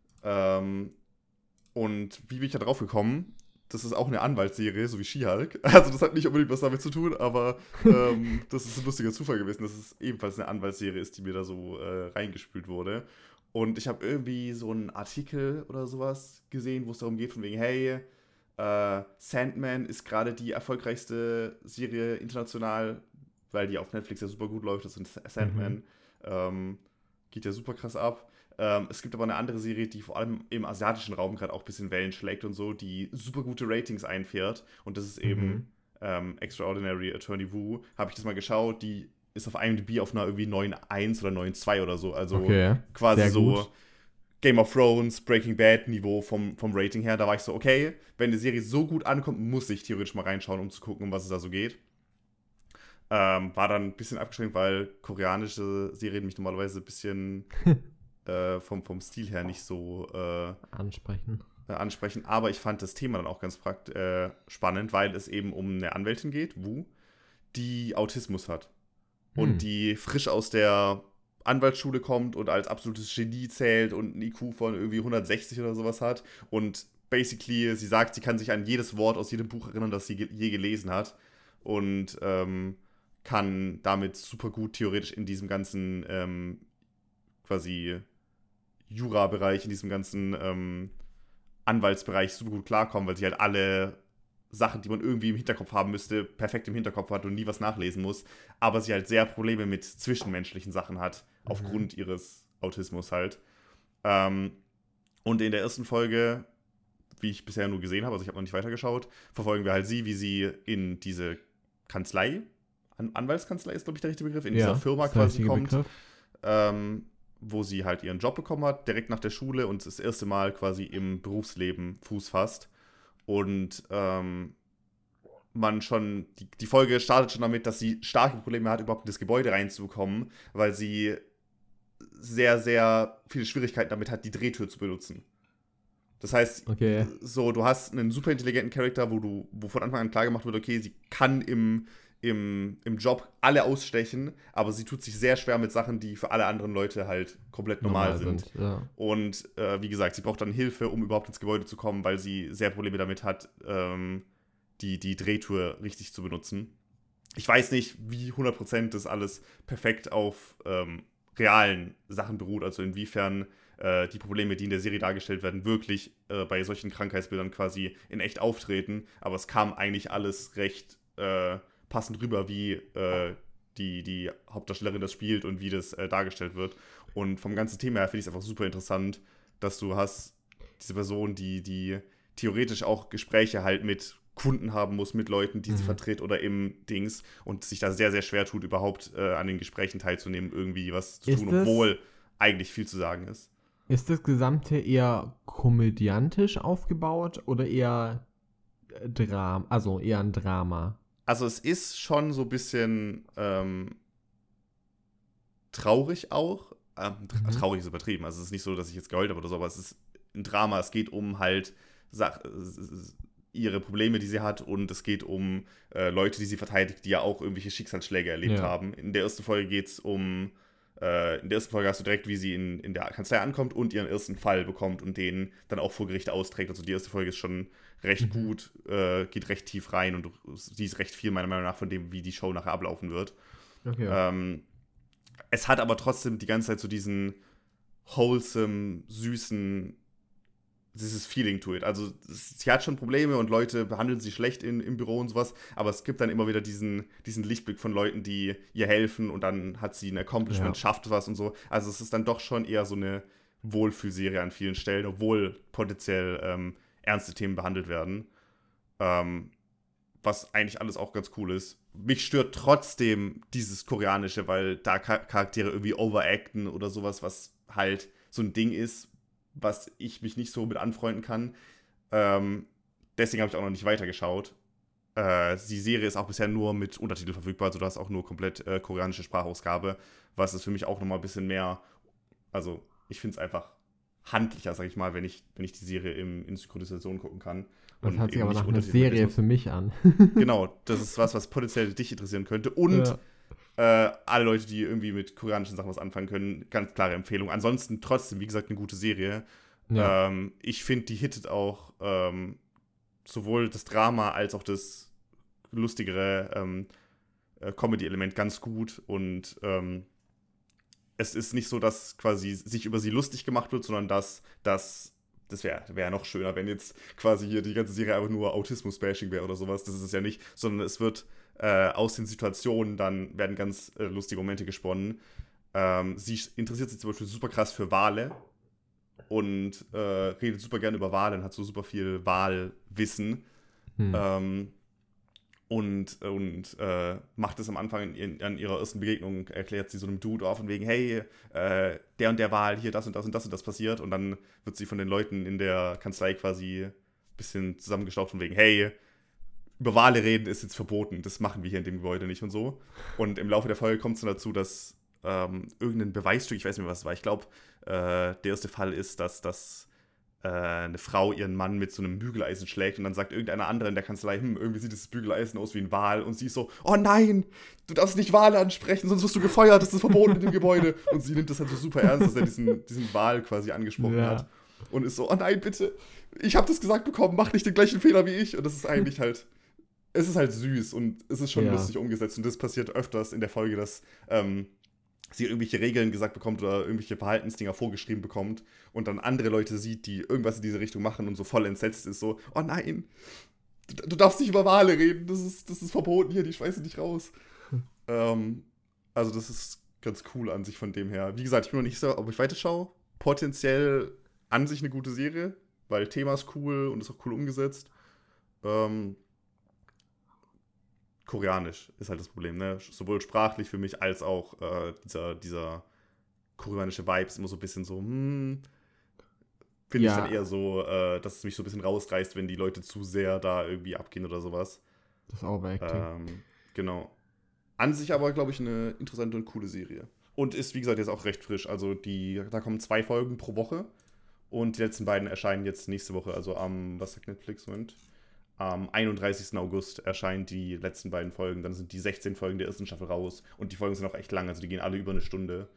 Und wie bin ich da drauf gekommen? Das ist auch eine Anwaltsserie, so wie She-Hulk. Also das hat nicht unbedingt was damit zu tun, aber das ist ein lustiger Zufall gewesen, dass es ebenfalls eine Anwaltsserie ist, die mir da so reingespült wurde. Und ich habe irgendwie so einen Artikel oder sowas gesehen, wo es darum geht, von wegen, hey, Sandman ist gerade die erfolgreichste Serie international, weil die auf Netflix ja super gut läuft. Das ist Sandman. Geht ja super krass ab. Es gibt aber eine andere Serie, die vor allem im asiatischen Raum gerade auch ein bisschen Wellen schlägt und so, die super gute Ratings einfährt. Und das ist eben Extraordinary Attorney Woo. Habe ich das mal geschaut, die ist auf IMDb auf einer irgendwie 9.1 oder 9.2 oder so. Also quasi so Game of Thrones, Breaking Bad Niveau vom Rating her. Da war ich so, okay, wenn die Serie so gut ankommt, muss ich theoretisch mal reinschauen, um zu gucken, um was es da so geht. War dann ein bisschen abgeschränkt, weil koreanische Serien mich normalerweise ein bisschen vom Stil her nicht so ansprechen. Aber ich fand das Thema dann auch ganz spannend, weil es eben um eine Anwältin geht, Wu, die Autismus hat. Und die frisch aus der Anwaltsschule kommt und als absolutes Genie zählt und ein IQ von irgendwie 160 oder sowas hat. Und basically, sie sagt, sie kann sich an jedes Wort aus jedem Buch erinnern, das sie je gelesen hat. Und kann damit super gut theoretisch in diesem ganzen quasi Jura-Bereich, in diesem ganzen Anwaltsbereich super gut klarkommen, weil sie halt alle Sachen, die man irgendwie im Hinterkopf haben müsste, perfekt im Hinterkopf hat und nie was nachlesen muss, aber sie halt sehr Probleme mit zwischenmenschlichen Sachen hat, aufgrund ihres Autismus halt. Und in der ersten Folge wie ich bisher nur gesehen habe, also ich habe noch nicht weitergeschaut, verfolgen wir halt sie, wie sie in diese Kanzlei, Anwaltskanzlei ist, glaube ich, der richtige Begriff, in dieser Firma quasi kommt, wo sie halt ihren Job bekommen hat, direkt nach der Schule und das erste Mal quasi im Berufsleben Fuß fasst. Und man schon, die Folge startet schon damit, dass sie starke Probleme hat, überhaupt in das Gebäude reinzubekommen, weil sie sehr, sehr viele Schwierigkeiten damit hat, die Drehtür zu benutzen. Das heißt, so, du hast einen super intelligenten Charakter, wo von Anfang an klar gemacht wird, okay, sie kann im Job alle ausstechen, aber sie tut sich sehr schwer mit Sachen, die für alle anderen Leute halt komplett normal sind. Ja. Und wie gesagt, sie braucht dann Hilfe, um überhaupt ins Gebäude zu kommen, weil sie sehr Probleme damit hat, die Drehtür richtig zu benutzen. Ich weiß nicht, wie 100% das alles perfekt auf realen Sachen beruht, also inwiefern die Probleme, die in der Serie dargestellt werden, wirklich bei solchen Krankheitsbildern quasi in echt auftreten, aber es kam eigentlich alles recht passend rüber, wie die Hauptdarstellerin das spielt und wie das dargestellt wird. Und vom ganzen Thema her finde ich es einfach super interessant, dass du hast diese Person, die theoretisch auch Gespräche halt mit Kunden haben muss, mit Leuten, die sie vertritt oder im Dings und sich da sehr, sehr schwer tut, überhaupt an den Gesprächen teilzunehmen, irgendwie was zu tun, obwohl eigentlich viel zu sagen ist. Ist das Gesamte eher komödiantisch aufgebaut oder eher ein Drama? Also es ist schon so ein bisschen traurig auch. Traurig ist übertrieben. Also es ist nicht so, dass ich jetzt geheult habe oder so, aber es ist ein Drama. Es geht um halt ihre Probleme, die sie hat, und es geht um Leute, die sie verteidigt, die ja auch irgendwelche Schicksalsschläge erlebt haben. In der ersten Folge geht es in der ersten Folge hast du direkt, wie sie in der Kanzlei ankommt und ihren ersten Fall bekommt und den dann auch vor Gericht austrägt. Also die erste Folge ist schon recht gut, geht recht tief rein und sie ist recht viel, meiner Meinung nach, von dem, wie die Show nachher ablaufen wird. Okay. Es hat aber trotzdem die ganze Zeit so diesen wholesome, süßen, dieses Feeling to it. Also sie hat schon Probleme und Leute behandeln sie schlecht im Büro und sowas, aber es gibt dann immer wieder diesen Lichtblick von Leuten, die ihr helfen und dann hat sie ein Accomplishment, schafft was und so. Also es ist dann doch schon eher so eine Wohlfühlserie an vielen Stellen, obwohl potenziell ernste Themen behandelt werden. Was eigentlich alles auch ganz cool ist. Mich stört trotzdem dieses Koreanische, weil da Charaktere irgendwie overacten oder sowas, was halt so ein Ding ist, was ich mich nicht so mit anfreunden kann. Deswegen habe ich auch noch nicht weitergeschaut. Die Serie ist auch bisher nur mit Untertitel verfügbar, also du hast auch nur komplett koreanische Sprachausgabe, was es für mich auch nochmal ein bisschen mehr, also ich finde es einfach handlicher, sag ich mal, wenn ich die Serie in Synchronisation gucken kann. Das hört sich aber nach einer Serie für mich an. Genau, das ist was potenziell dich interessieren könnte. Und alle Leute, die irgendwie mit koreanischen Sachen was anfangen können, ganz klare Empfehlung. Ansonsten trotzdem, wie gesagt, eine gute Serie. Ja. Ich finde, die hittet auch sowohl das Drama als auch das lustigere Comedy-Element ganz gut. Und es ist nicht so, dass quasi sich über sie lustig gemacht wird, sondern das wäre noch schöner, wenn jetzt quasi hier die ganze Serie einfach nur Autismus-Bashing wäre oder sowas. Das ist es ja nicht, sondern es wird aus den Situationen dann werden ganz lustige Momente gesponnen. Sie interessiert sich zum Beispiel super krass für Wale und redet super gerne über Wale und hat so super viel Walwissen. Und macht es am Anfang an ihrer ersten Begegnung, erklärt sie so einem Dude auf und wegen, hey, der und der Wal, hier das und das und das und das passiert. Und dann wird sie von den Leuten in der Kanzlei quasi ein bisschen zusammengestaucht von wegen, hey, über Wale reden ist jetzt verboten, das machen wir hier in dem Gebäude nicht und so. Und im Laufe der Folge kommt es dann dazu, dass irgendein Beweisstück, ich weiß nicht mehr, was es war, ich glaube, der erste Fall ist, dass eine Frau ihren Mann mit so einem Bügeleisen schlägt und dann sagt irgendeiner andere in der Kanzlei, irgendwie sieht das Bügeleisen aus wie ein Wal und sie ist so, oh nein, du darfst nicht Wale ansprechen, sonst wirst du gefeuert, das ist verboten in dem Gebäude. Und sie nimmt das halt so super ernst, dass er diesen Wal quasi angesprochen hat und ist so, oh nein, bitte, ich habe das gesagt bekommen, mach nicht den gleichen Fehler wie ich. Und das ist eigentlich halt, es ist halt süß und es ist schon lustig umgesetzt und das passiert öfters in der Folge, dass sie irgendwelche Regeln gesagt bekommt oder irgendwelche Verhaltensdinger vorgeschrieben bekommt und dann andere Leute sieht, die irgendwas in diese Richtung machen und so voll entsetzt ist, so, oh nein, du darfst nicht über Wale reden, das ist verboten hier, die schmeißen dich raus. Also das ist ganz cool an sich von dem her. Wie gesagt, ich bin noch nicht so, ob ich weiterschaue. Potenziell an sich eine gute Serie. weil Thema ist cool und ist auch cool umgesetzt. Koreanisch ist halt das Problem, ne? Sowohl sprachlich für mich als auch dieser koreanische Vibe ist immer so ein bisschen so, finde ich dann eher so, dass es mich so ein bisschen rausreißt, wenn die Leute zu sehr da irgendwie abgehen oder sowas. Das Overacting. Genau. An sich aber, glaube ich, eine interessante und coole Serie. Und ist, wie gesagt, jetzt auch recht frisch. Also da kommen 2 Folgen pro Woche. Und die letzten beiden erscheinen jetzt nächste Woche. Also was sagt Netflix? Moment. Am 31. August erscheinen die letzten beiden Folgen. Dann sind die 16 Folgen der ersten Staffel raus. Und die Folgen sind auch echt lang. Also die gehen alle über eine Stunde.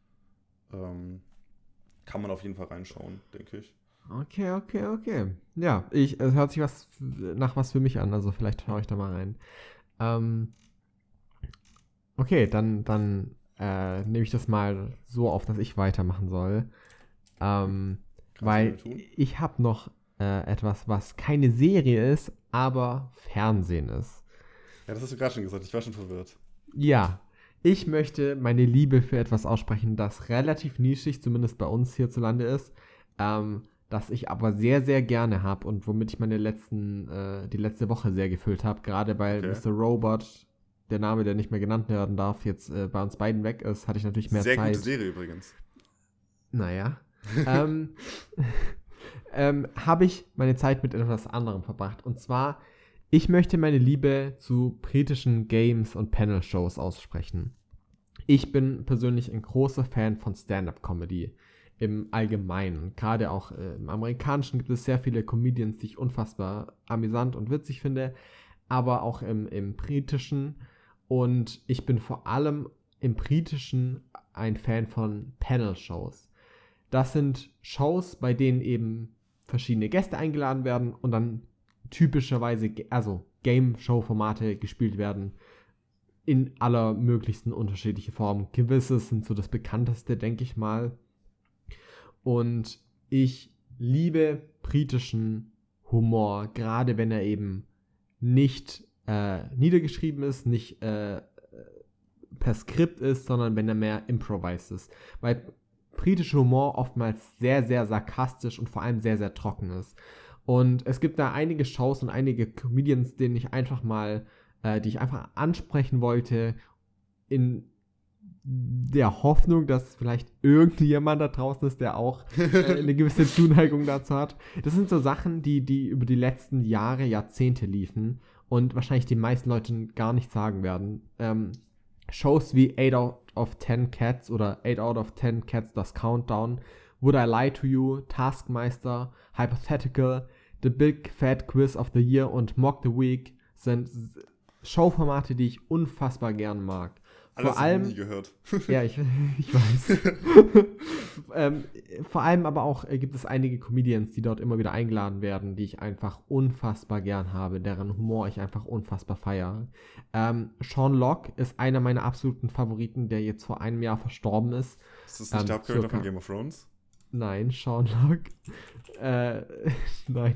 Kann man auf jeden Fall reinschauen, denke ich. Okay. Ja, es hört sich nach was für mich an. Also vielleicht schaue ich da mal rein. Okay, dann nehme ich das mal so auf, dass ich weitermachen soll. Weil ich habe noch etwas, was keine Serie ist, aber Fernsehen ist. Ja, das hast du gerade schon gesagt. Ich war schon verwirrt. Ja, ich möchte meine Liebe für etwas aussprechen, das relativ nischig, zumindest bei uns hierzulande ist, das ich aber sehr, sehr gerne habe und womit ich die letzte Woche sehr gefüllt habe, gerade weil Mr. Robot, der Name, der nicht mehr genannt werden darf, jetzt bei uns beiden weg ist, hatte ich natürlich mehr Zeit. Sehr gute Serie übrigens. Naja. Habe ich meine Zeit mit etwas anderem verbracht. Und zwar, ich möchte meine Liebe zu britischen Games und Panel-Shows aussprechen. Ich bin persönlich ein großer Fan von Stand-Up-Comedy im Allgemeinen. Gerade auch im Amerikanischen gibt es sehr viele Comedians, die ich unfassbar amüsant und witzig finde, aber auch im Britischen. Und ich bin vor allem im Britischen ein Fan von Panel-Shows. Das sind Shows, bei denen eben verschiedene Gäste eingeladen werden und dann typischerweise, also Game-Show-Formate gespielt werden in aller möglichsten unterschiedliche Formen. Gewisses sind so das bekannteste, denke ich mal. Und ich liebe britischen Humor, gerade wenn er eben nicht niedergeschrieben ist, nicht per Skript ist, sondern wenn er mehr improvised ist. Weil britischer Humor oftmals sehr, sehr sarkastisch und vor allem sehr, sehr trocken ist. Und es gibt da einige Shows und einige Comedians, die ich einfach ansprechen wollte, in der Hoffnung, dass vielleicht irgendjemand da draußen ist, der auch eine gewisse Zuneigung dazu hat. Das sind so Sachen, die über die letzten Jahre, Jahrzehnte liefen und wahrscheinlich die meisten Leute gar nicht sagen werden. Shows wie 8 out of 10 Cats oder 8 out of 10 Cats Does Countdown, Would I Lie to You, Taskmaster, Hypothetical, The Big Fat Quiz of the Year und Mock the Week sind Showformate, die ich unfassbar gern mag. Alles vor allem, nie gehört. Ja, ich weiß. Vor allem aber auch gibt es einige Comedians, die dort immer wieder eingeladen werden, die ich einfach unfassbar gern habe, deren Humor ich einfach unfassbar feiere. Sean Locke ist einer meiner absoluten Favoriten, der jetzt vor einem Jahr verstorben ist. Ist das nicht der Hauptcharakter von Game of Thrones? Nein, Sean Locke. Nein.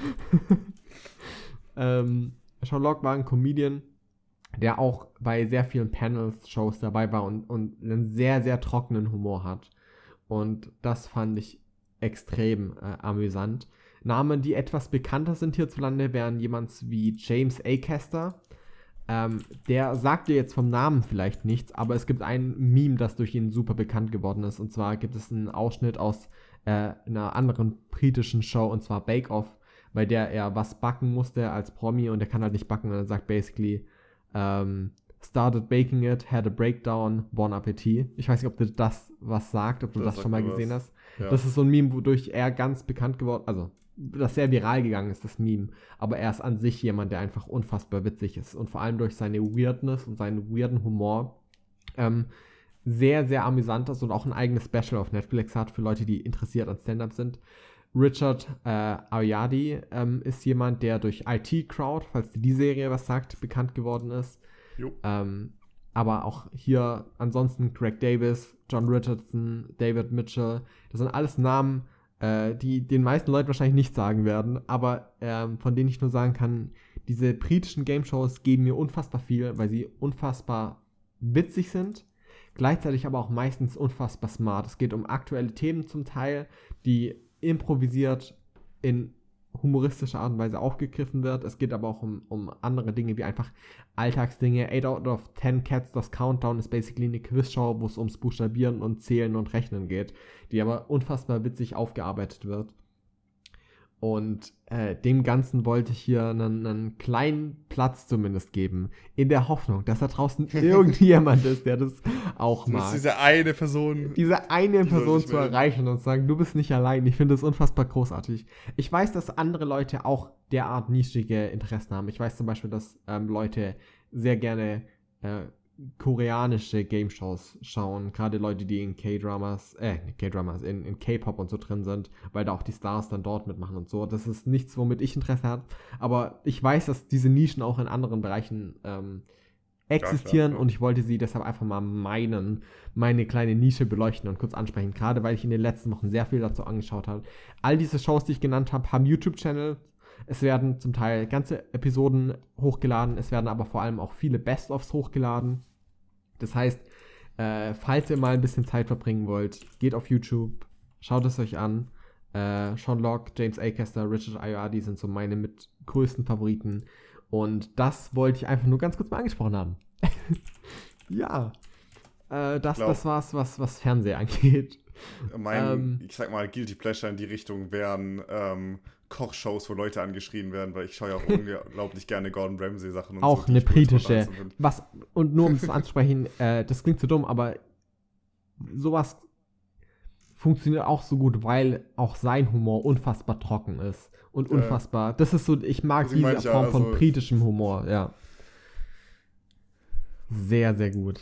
Sean Locke war ein Comedian, der auch bei sehr vielen Panel-Shows dabei war und einen sehr, sehr trockenen Humor hat. Und das fand ich extrem amüsant. Namen, die etwas bekannter sind hierzulande, wären jemand wie James Acaster. Der sagt dir jetzt vom Namen vielleicht nichts, aber es gibt ein Meme, das durch ihn super bekannt geworden ist. Und zwar gibt es einen Ausschnitt aus einer anderen britischen Show, und zwar Bake Off, bei der er was backen musste als Promi und er kann halt nicht backen und er sagt basically started baking it, had a breakdown, bon appetit. Ich weiß nicht, ob du das was sagt, ob du das schon mal gesehen hast. Ja. Das ist so ein Meme, wodurch er ganz bekannt geworden, also das sehr viral gegangen ist, das Meme. Aber er ist an sich jemand, der einfach unfassbar witzig ist und vor allem durch seine Weirdness und seinen weirden Humor sehr, sehr amüsant ist und auch ein eigenes Special auf Netflix hat für Leute, die interessiert an Stand-Up sind. Richard Ayoade ist jemand, der durch IT Crowd, falls die Serie was sagt, bekannt geworden ist. Aber auch hier ansonsten Greg Davis, John Richardson, David Mitchell, das sind alles Namen, die den meisten Leuten wahrscheinlich nicht sagen werden, aber von denen ich nur sagen kann, diese britischen Game-Shows geben mir unfassbar viel, weil sie unfassbar witzig sind, gleichzeitig aber auch meistens unfassbar smart. Es geht um aktuelle Themen zum Teil, die improvisiert in humoristischer Art und Weise aufgegriffen wird. Es geht aber auch um andere Dinge, wie einfach Alltagsdinge. 8 out of 10 Cats, das Countdown ist basically eine Quizshow, wo es ums Buchstabieren und Zählen und Rechnen geht, die aber unfassbar witzig aufgearbeitet wird. Und dem Ganzen wollte ich hier einen kleinen Platz zumindest geben, in der Hoffnung, dass da draußen irgendjemand ist, der das auch mag. Das ist diese eine Person. Diese eine Person zu erreichen und zu sagen, du bist nicht allein. Ich finde das unfassbar großartig. Ich weiß, dass andere Leute auch derart nischige Interessen haben. Ich weiß zum Beispiel, dass Leute sehr gerne koreanische Game-Shows schauen, gerade Leute, die in in K-Pop und so drin sind, weil da auch die Stars dann dort mitmachen und so. Das ist nichts, womit ich Interesse habe, aber ich weiß, dass diese Nischen auch in anderen Bereichen existieren, und ich wollte sie deshalb einfach mal meine kleine Nische beleuchten und kurz ansprechen, gerade weil ich in den letzten Wochen sehr viel dazu angeschaut habe. All diese Shows, die ich genannt habe, haben YouTube-Channel. Es werden zum Teil ganze Episoden hochgeladen, es werden aber vor allem auch viele Best-ofs hochgeladen. Das heißt, falls ihr mal ein bisschen Zeit verbringen wollt, geht auf YouTube, schaut es euch an. Sean Locke, James Acaster, Richard Ayoade sind so meine mit größten Favoriten. Und das wollte ich einfach nur ganz kurz mal angesprochen haben. Ja, das war's, was Fernsehen angeht. Ich sag mal, Guilty Pleasure in die Richtung wären Kochshows, wo Leute angeschrien werden, weil ich schaue ja auch unglaublich gerne Gordon Ramsay-Sachen. Und auch so, eine britische. Und nur um es anzusprechen, das klingt so dumm, aber sowas funktioniert auch so gut, weil auch sein Humor unfassbar trocken ist. Und unfassbar. Das ist so, ich mag diese Form von britischem Humor, ja. Sehr, sehr gut.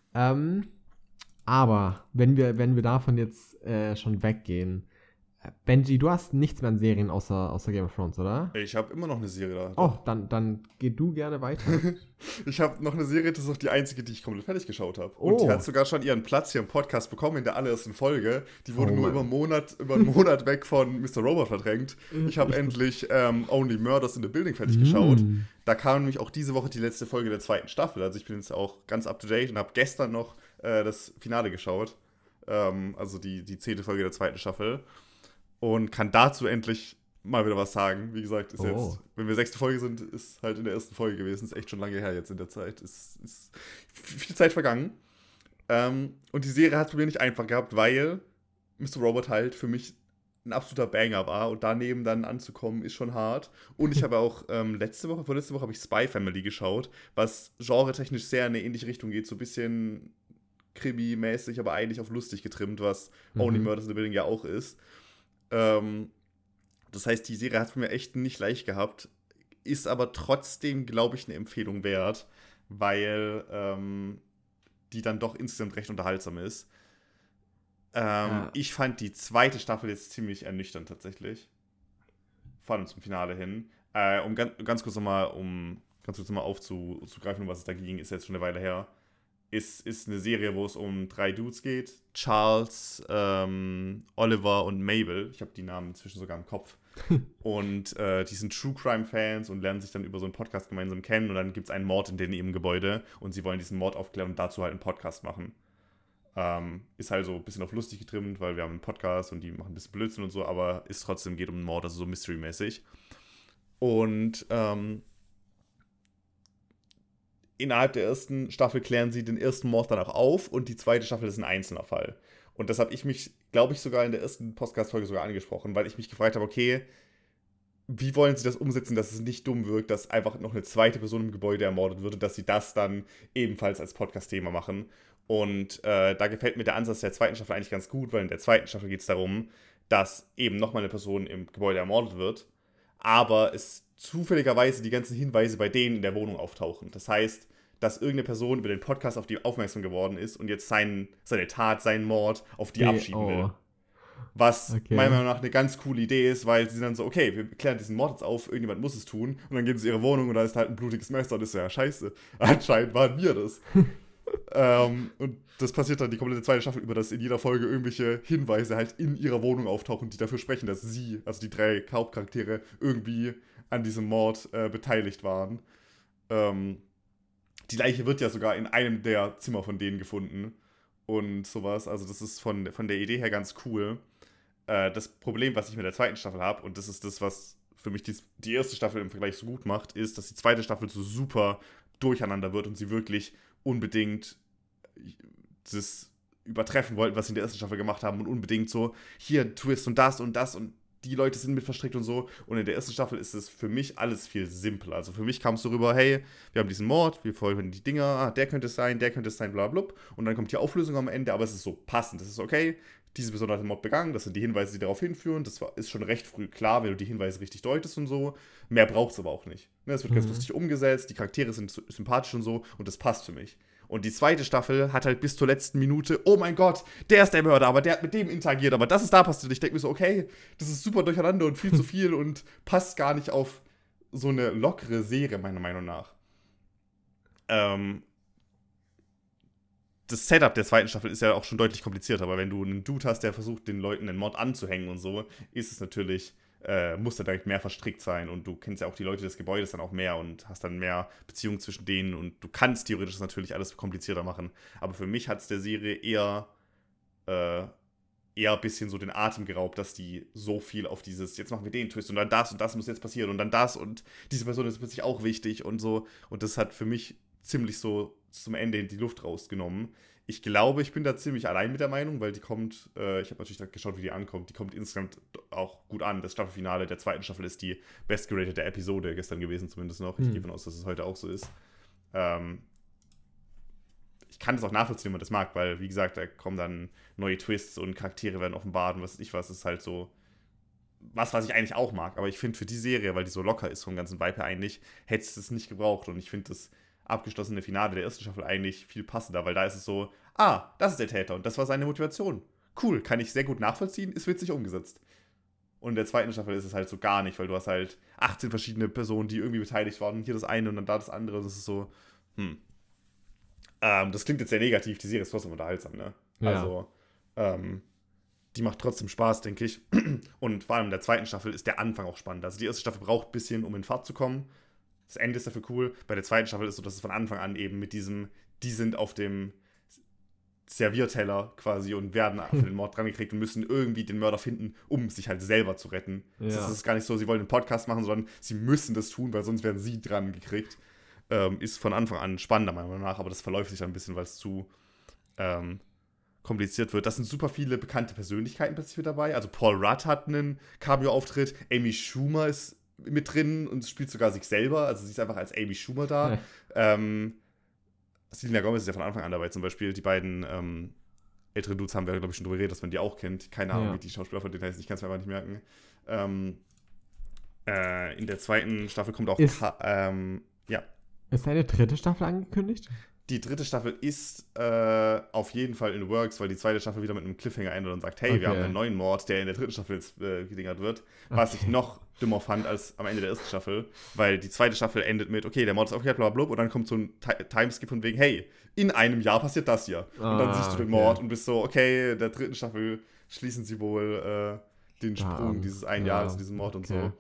Aber wenn wir davon jetzt schon weggehen, Benji, du hast nichts mehr an Serien außer Game of Thrones, oder? Ich habe immer noch eine Serie da. Oh, dann geh du gerne weiter. Ich habe noch eine Serie, das ist auch die einzige, die ich komplett fertig geschaut habe. Oh. Und die hat sogar schon ihren Platz hier im Podcast bekommen in der allerersten Folge. Die wurde nur über einen Monat weg von Mr. Robot verdrängt. Ich habe endlich Only Murders in the Building fertig geschaut. Da kam nämlich auch diese Woche die letzte Folge der 2. Staffel. Also ich bin jetzt auch ganz up to date und habe gestern noch das Finale geschaut. Also die 10. Folge der 2. Staffel. Und kann dazu endlich mal wieder was sagen. Wie gesagt, ist jetzt, wenn wir 6. Folge sind, ist halt in der ersten Folge gewesen. Ist echt schon lange her jetzt in der Zeit. Ist viel Zeit vergangen. Und die Serie hat es bei mir nicht einfach gehabt, weil Mr. Robot halt für mich ein absoluter Banger war. Und daneben dann anzukommen, ist schon hart. Und ich habe auch vorletzte Woche habe ich Spy Family geschaut, was genretechnisch sehr in eine ähnliche Richtung geht. So ein bisschen Krimi-mäßig, aber eigentlich auf lustig getrimmt, was Only Murders in the Building ja auch ist. Das heißt, die Serie hat es mir echt nicht leicht gehabt, ist aber trotzdem, glaube ich, eine Empfehlung wert, weil die dann doch insgesamt recht unterhaltsam ist. Ich fand die 2. Staffel jetzt ziemlich ernüchternd tatsächlich. Vor allem zum Finale hin. Um ganz kurz nochmal aufzugreifen, um was es da ging, ist jetzt schon eine Weile her. Ist eine Serie, wo es um 3 Dudes geht. Charles, Oliver und Mabel. Ich habe die Namen inzwischen sogar im Kopf. Und die sind True Crime Fans und lernen sich dann über so einen Podcast gemeinsam kennen. Und dann gibt es einen Mord in denen ihrem Gebäude. Und sie wollen diesen Mord aufklären und dazu halt einen Podcast machen. Ist halt so ein bisschen auf lustig getrimmt, weil wir haben einen Podcast und die machen ein bisschen Blödsinn und so. Aber ist trotzdem, geht um einen Mord, also so Mystery-mäßig. Und innerhalb der ersten Staffel klären sie den ersten Mord dann auch auf und die 2. Staffel ist ein einzelner Fall. Und das habe ich mich, glaube ich, sogar in der ersten Podcast-Folge sogar angesprochen, weil ich mich gefragt habe, okay, wie wollen sie das umsetzen, dass es nicht dumm wirkt, dass einfach noch eine zweite Person im Gebäude ermordet wird und dass sie das dann ebenfalls als Podcast-Thema machen. Und da gefällt mir der Ansatz der 2. Staffel eigentlich ganz gut, weil in der 2. Staffel geht es darum, dass eben nochmal eine Person im Gebäude ermordet wird, aber es zufälligerweise die ganzen Hinweise bei denen in der Wohnung auftauchen. Das heißt, dass irgendeine Person über den Podcast auf die aufmerksam geworden ist und jetzt seine Tat, seinen Mord auf die abschieben will. Was meiner Meinung nach eine ganz coole Idee ist, weil sie dann so, okay, wir klären diesen Mord jetzt auf, irgendjemand muss es tun. Und dann gehen sie in ihre Wohnung und da ist halt ein blutiges Messer und ist ja scheiße. Anscheinend waren wir das. Und das passiert dann die komplette 2. Staffel über, dass in jeder Folge irgendwelche Hinweise halt in ihrer Wohnung auftauchen, die dafür sprechen, dass sie, also die 3 Hauptcharaktere, irgendwie an diesem Mord beteiligt waren. Die Leiche wird ja sogar in einem der Zimmer von denen gefunden und sowas. Also das ist von der Idee her ganz cool. das Problem, was ich mit der zweiten Staffel habe, und das ist das, was für mich die erste Staffel im Vergleich so gut macht, ist, dass die zweite Staffel so super durcheinander wird und sie wirklich unbedingt das übertreffen wollten, was sie in der ersten Staffel gemacht haben und unbedingt so, hier ein Twist und das und die Leute sind mit verstrickt und so. Und in der ersten Staffel ist es für mich alles viel simpler. Also für mich kam es so rüber, hey, wir haben diesen Mord, wir folgen die Dinger, der könnte es sein, bla bla. Und dann kommt die Auflösung am Ende, aber es ist so passend. Das ist okay, diese Person hat den Mord begangen, das sind die Hinweise, die darauf hinführen. Das ist schon recht früh klar, wenn du die Hinweise richtig deutest und so. Mehr braucht es aber auch nicht. Es wird ganz lustig umgesetzt, die Charaktere sind sympathisch und so und das passt für mich. Und die zweite Staffel hat halt bis zur letzten Minute, oh mein Gott, der ist der Mörder, aber der hat mit dem interagiert, aber das ist da passiert. Ich denke mir so, okay, das ist super durcheinander und viel zu viel und passt gar nicht auf so eine lockere Serie, meiner Meinung nach. Das Setup der zweiten Staffel ist ja auch schon deutlich komplizierter, aber wenn du einen Dude hast, der versucht, den Leuten einen Mord anzuhängen und so, ist es natürlich, muss da direkt mehr verstrickt sein und du kennst ja auch die Leute des Gebäudes dann auch mehr und hast dann mehr Beziehungen zwischen denen und du kannst theoretisch natürlich alles komplizierter machen. Aber für mich hat es der Serie eher ein bisschen so den Atem geraubt, dass die so viel auf dieses, jetzt machen wir den Twist und das muss jetzt passieren und dann das und diese Person ist plötzlich auch wichtig und so. Und das hat für mich ziemlich so zum Ende in die Luft rausgenommen. Ich glaube, ich bin da ziemlich allein mit der Meinung, weil die kommt, ich habe natürlich geschaut, wie die ankommt, die kommt insgesamt auch gut an. Das Staffelfinale der zweiten Staffel ist die bestgeratete Episode gestern gewesen, zumindest noch. Ich gehe davon aus, dass es heute auch so ist. Ich kann das auch nachvollziehen, wenn man das mag, weil, wie gesagt, da kommen dann neue Twists und Charaktere werden offenbart und was weiß ich was, ist halt so was ich eigentlich auch mag. Aber ich finde für die Serie, weil die so locker ist vom ganzen Vibe her eigentlich, hätte es das nicht gebraucht und ich finde das abgeschlossene Finale der ersten Staffel eigentlich viel passender, weil da ist es so, das ist der Täter und das war seine Motivation. Cool, kann ich sehr gut nachvollziehen, ist witzig umgesetzt. Und in der zweiten Staffel ist es halt so gar nicht, weil du hast halt 18 verschiedene Personen, die irgendwie beteiligt waren, hier das eine und dann da das andere, das ist so, das klingt jetzt sehr negativ, die Serie ist trotzdem unterhaltsam, ne? Ja. Also, die macht trotzdem Spaß, denke ich. Und vor allem in der zweiten Staffel ist der Anfang auch spannend. Also die erste Staffel braucht ein bisschen, um in Fahrt zu kommen. Das Ende ist dafür cool. Bei der zweiten Staffel ist es so, dass es von Anfang an eben mit diesem, die sind auf dem Servierteller quasi und werden für den Mord drangekriegt und müssen irgendwie den Mörder finden, um sich halt selber zu retten. Ja. Das ist gar nicht so, sie wollen einen Podcast machen, sondern sie müssen das tun, weil sonst werden sie dran gekriegt. Ist von Anfang an spannender, meiner Meinung nach, aber das verläuft sich dann ein bisschen, weil es zu kompliziert wird. Das sind super viele bekannte Persönlichkeiten plötzlich mit dabei. Also Paul Rudd hat einen Cameo-Auftritt, Amy Schumer ist mit drin und spielt sogar sich selber. Also sie ist einfach als Amy Schumer da. Ja. Selena Gomez ist ja von Anfang an dabei zum Beispiel. Die beiden älteren Dudes haben wir, glaube ich, schon drüber geredet, dass man die auch kennt. Keine Ahnung, wie die Schauspieler von denen heißen. Ich kann es mir einfach nicht merken. In der zweiten Staffel kommt auch... Ist eine dritte Staffel angekündigt? Die dritte Staffel ist auf jeden Fall in Works, weil die zweite Staffel wieder mit einem Cliffhanger endet und sagt, hey, wir haben einen neuen Mord, der in der dritten Staffel jetzt gedingert wird. Was ich noch dümmer fand als am Ende der ersten Staffel, weil die zweite Staffel endet mit, okay, der Mord ist aufgeklärt, blablabla, und dann kommt so ein Timeskip von wegen, hey, in einem Jahr passiert das hier. Und dann siehst du den Mord und bist so, okay, in der dritten Staffel schließen sie wohl den Sprung dieses einen Jahres zu diesem Mord und so.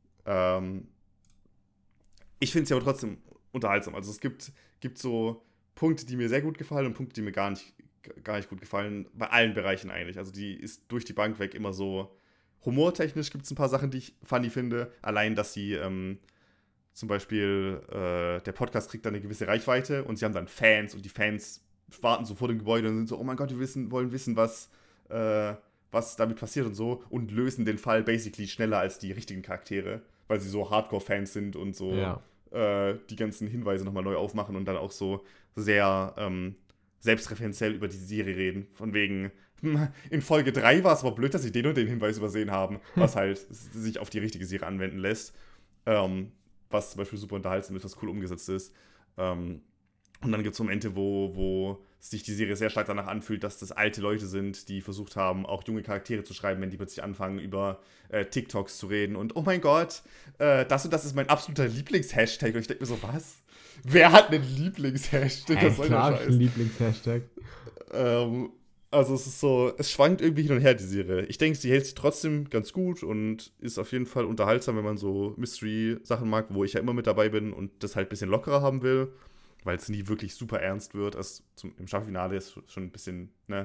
Ich finde es ja aber trotzdem unterhaltsam. Also es gibt so Punkte, die mir sehr gut gefallen und Punkte, die mir gar nicht gut gefallen. Bei allen Bereichen eigentlich. Also die ist durch die Bank weg immer so. Humortechnisch gibt es ein paar Sachen, die ich funny finde. Allein, dass sie zum Beispiel der Podcast kriegt dann eine gewisse Reichweite und sie haben dann Fans und die Fans warten so vor dem Gebäude und sind so, oh mein Gott, wir wollen wissen, was damit passiert und so und lösen den Fall basically schneller als die richtigen Charaktere, weil sie so Hardcore-Fans sind und so die ganzen Hinweise nochmal neu aufmachen und dann auch so sehr selbstreferenziell über die Serie reden. Von wegen, in Folge 3 war es aber blöd, dass sie den und den Hinweis übersehen haben, was halt sich auf die richtige Serie anwenden lässt. Was zum Beispiel super unterhaltsam ist, was cool umgesetzt ist. Und dann gibt es Momente, wo sich die Serie sehr stark danach anfühlt, dass das alte Leute sind, die versucht haben, auch junge Charaktere zu schreiben, wenn die plötzlich anfangen, über TikToks zu reden. Und oh mein Gott, das und das ist mein absoluter Lieblingshashtag. Und ich denke mir so, was? Wer hat einen Lieblingshashtag? Das klar, ein Lieblingshashtag. Also es ist so, es schwankt irgendwie hin und her, die Serie. Ich denke, sie hält sich trotzdem ganz gut und ist auf jeden Fall unterhaltsam, wenn man so Mystery-Sachen mag, wo ich ja immer mit dabei bin und das halt ein bisschen lockerer haben will, weil es nie wirklich super ernst wird. Im Staffelfinale ist schon ein bisschen, ne,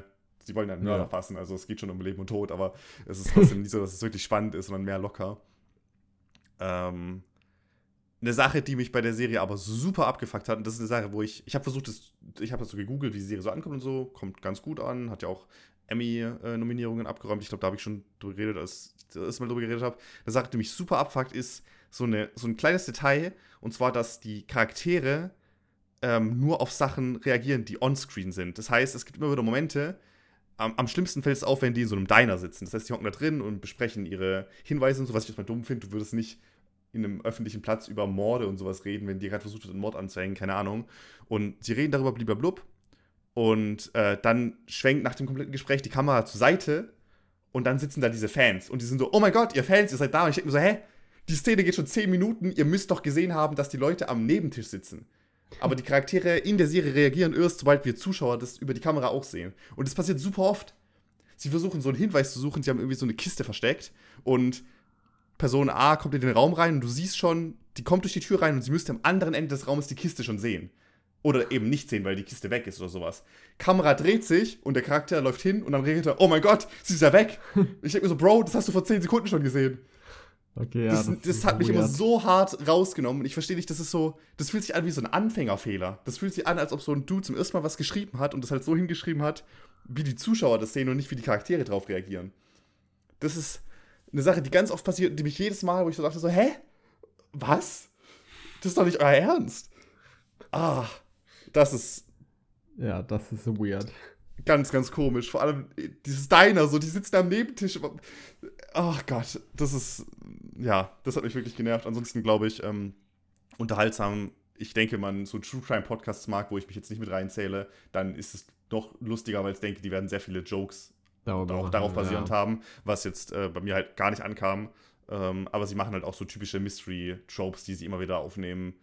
sie wollen einen Mörder fassen, also es geht schon um Leben und Tod, aber es ist trotzdem nicht so, dass es wirklich spannend ist, sondern mehr locker. Eine Sache, die mich bei der Serie aber super abgefuckt hat, und das ist eine Sache, wo ich habe versucht, ich habe das so gegoogelt, wie die Serie so ankommt und so, kommt ganz gut an, hat ja auch Emmy-Nominierungen abgeräumt. Ich glaube, da habe ich schon drüber geredet, als ich das erste Mal drüber geredet habe. Eine Sache, die mich super abfuckt, ist so ein kleines Detail, und zwar, dass die Charaktere nur auf Sachen reagieren, die onscreen sind. Das heißt, es gibt immer wieder Momente, am schlimmsten fällt es auf, wenn die in so einem Diner sitzen. Das heißt, die hocken da drin und besprechen ihre Hinweise und so, was ich erstmal dumm finde. Du würdest nicht in einem öffentlichen Platz über Morde und sowas reden, wenn dir gerade versucht wird, einen Mord anzuhängen, keine Ahnung. Und sie reden darüber blub. Und dann schwenkt nach dem kompletten Gespräch die Kamera zur Seite und dann sitzen da diese Fans. Und die sind so, oh mein Gott, ihr Fans, ihr seid da. Und ich denke mir so, hä? Die Szene geht schon 10 Minuten, ihr müsst doch gesehen haben, dass die Leute am Nebentisch sitzen. Aber die Charaktere in der Serie reagieren erst, sobald wir Zuschauer das über die Kamera auch sehen. Und das passiert super oft. Sie versuchen so einen Hinweis zu suchen, sie haben irgendwie so eine Kiste versteckt und Person A kommt in den Raum rein und du siehst schon, die kommt durch die Tür rein und sie müsste am anderen Ende des Raumes die Kiste schon sehen. Oder eben nicht sehen, weil die Kiste weg ist oder sowas. Kamera dreht sich und der Charakter läuft hin und dann reagiert er, oh mein Gott, sie ist ja weg. Ich denke mir so, Bro, das hast du vor 10 Sekunden schon gesehen. Okay, ja, das hat mich immer so hart rausgenommen. Und ich verstehe nicht, das fühlt sich an wie so ein Anfängerfehler. Das fühlt sich an, als ob so ein Dude zum ersten Mal was geschrieben hat und das halt so hingeschrieben hat, wie die Zuschauer das sehen und nicht, wie die Charaktere drauf reagieren. Das ist eine Sache, die ganz oft passiert und die mich jedes Mal, wo ich so dachte, so, hä? Was? Das ist doch nicht euer Ernst. Das ist... Ja, das ist so weird. Ganz, ganz komisch. Vor allem dieses Diner, so, die sitzen am Nebentisch. Ach Gott, das ist... Ja, das hat mich wirklich genervt. Ansonsten glaube ich, unterhaltsam. Ich denke, man so True Crime Podcasts mag, wo ich mich jetzt nicht mit reinzähle, dann ist es noch lustiger, weil ich denke, die werden sehr viele Jokes auch darauf basierend haben, was jetzt bei mir halt gar nicht ankam. Aber sie machen halt auch so typische Mystery-Tropes, die sie immer wieder aufnehmen.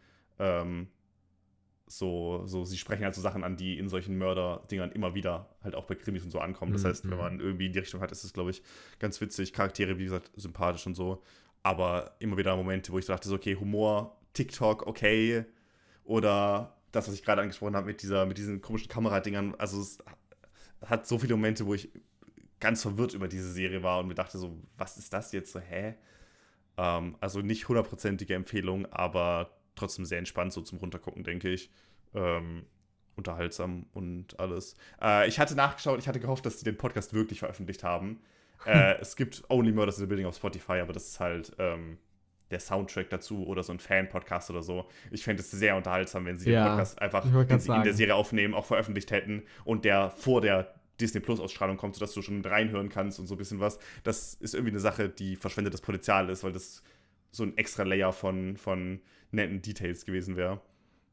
Sie sprechen halt so Sachen an, die in solchen Mörder-Dingern immer wieder halt auch bei Krimis und so ankommen. Das heißt, wenn man irgendwie in die Richtung hat, ist es, glaube ich, ganz witzig. Charaktere, wie gesagt, sympathisch und so. Aber immer wieder Momente, wo ich so dachte, so, okay, Humor, TikTok, okay. Oder das, was ich gerade angesprochen habe mit diesen komischen Kameradingern. Also es hat so viele Momente, wo ich ganz verwirrt über diese Serie war und mir dachte so, was ist das jetzt? So, hä? Also nicht 100%ige Empfehlung, aber trotzdem sehr entspannt so zum Runtergucken, denke ich. Unterhaltsam und alles. Ich hatte nachgeschaut, ich hatte gehofft, dass die den Podcast wirklich veröffentlicht haben. Es gibt Only Murders in the Building auf Spotify, aber das ist halt der Soundtrack dazu oder so ein Fan-Podcast oder so. Ich fände es sehr unterhaltsam, wenn sie den Podcast einfach, den sie in der Serie aufnehmen, auch veröffentlicht hätten und der vor der Disney-Plus-Ausstrahlung kommt, sodass du schon reinhören kannst und so ein bisschen was. Das ist irgendwie eine Sache, die verschwendetes Potenzial ist, weil das so ein extra Layer von netten Details gewesen wäre.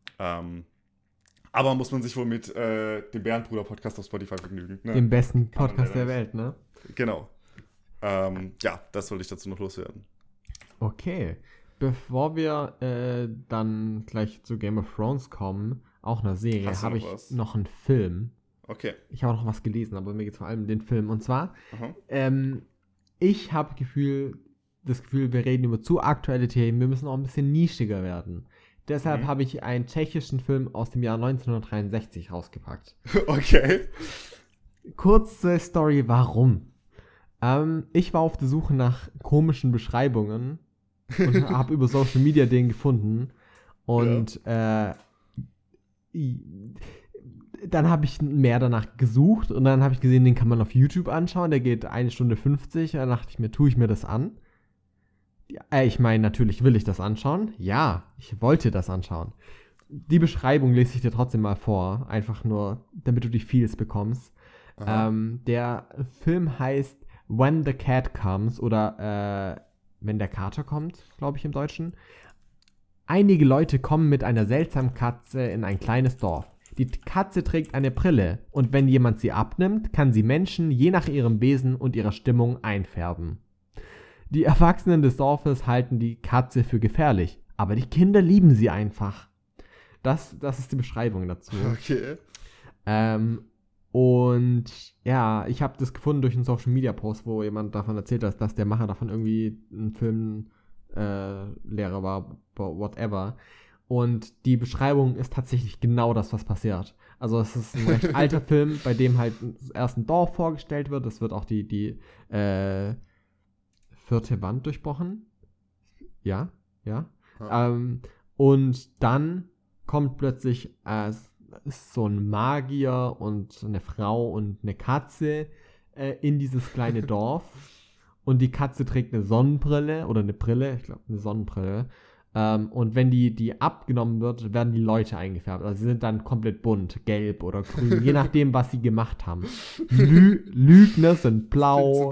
Aber muss man sich wohl mit dem Bärenbruder-Podcast auf Spotify vergnügen. Ne? Dem besten Podcast der Welt, ne? Genau. Ja, das wollte ich dazu noch loswerden. Okay. Bevor wir dann gleich zu Game of Thrones kommen, auch eine Serie, habe ich noch einen Film. Okay. Ich habe noch was gelesen, aber mir geht es vor allem um den Film. Und zwar, ich habe das Gefühl, wir reden über zu aktuelle Themen, wir müssen auch ein bisschen nischiger werden. Deshalb habe ich einen tschechischen Film aus dem Jahr 1963 rausgepackt. Okay. Kurze Story, warum? Ich war auf der Suche nach komischen Beschreibungen und habe über Social Media den gefunden. Und dann habe ich mehr danach gesucht und dann habe ich gesehen, den kann man auf YouTube anschauen. Der geht 1 Stunde 50. Und dann dachte ich mir, tue ich mir das an? Ich meine, natürlich will ich das anschauen. Ja, ich wollte das anschauen. Die Beschreibung lese ich dir trotzdem mal vor. Einfach nur, damit du die Feels bekommst. Der Film heißt When the Cat Comes oder Wenn der Kater kommt, glaube ich im Deutschen. Einige Leute kommen mit einer seltsamen Katze in ein kleines Dorf. Die Katze trägt eine Brille und wenn jemand sie abnimmt, kann sie Menschen je nach ihrem Wesen und ihrer Stimmung einfärben. Die Erwachsenen des Dorfes halten die Katze für gefährlich, aber die Kinder lieben sie einfach. Das ist die Beschreibung dazu. Okay. Und ja, ich habe das gefunden durch einen Social-Media-Post, wo jemand davon erzählt hat, dass der Macher davon irgendwie ein Filmlehrer war, whatever. Und die Beschreibung ist tatsächlich genau das, was passiert. Also es ist ein recht alter Film, bei dem halt erst ein Dorf vorgestellt wird. Es wird auch die 4. Wand durchbrochen. Ja. Und dann kommt plötzlich so ein Magier und eine Frau und eine Katze in dieses kleine Dorf. Und die Katze trägt eine Sonnenbrille oder eine Brille, ich glaube eine Sonnenbrille. Und wenn die abgenommen wird, werden die Leute eingefärbt. Also sie sind dann komplett bunt, gelb oder grün, je nachdem, was sie gemacht haben. Lügner sind blau,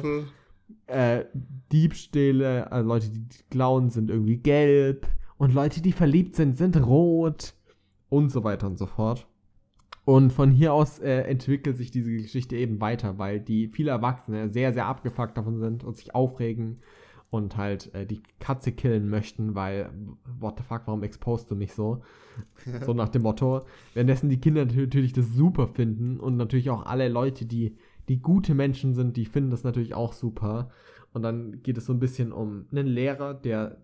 Diebstähle, also Leute, die klauen, sind irgendwie gelb. Und Leute, die verliebt sind, sind rot. Und so weiter und so fort. Und von hier aus entwickelt sich diese Geschichte eben weiter, weil die viele Erwachsene sehr, sehr abgefuckt davon sind und sich aufregen und halt die Katze killen möchten, weil, what the fuck, warum exposed du mich so? So nach dem Motto. Währenddessen die Kinder natürlich das super finden und natürlich auch alle Leute, die gute Menschen sind, die finden das natürlich auch super. Und dann geht es so ein bisschen um einen Lehrer, der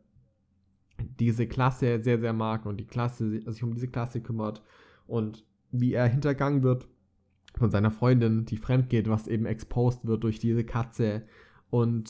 diese Klasse sehr, sehr mag und die Klasse sich um diese Klasse kümmert und wie er hintergangen wird von seiner Freundin, die fremd geht, was eben exposed wird durch diese Katze und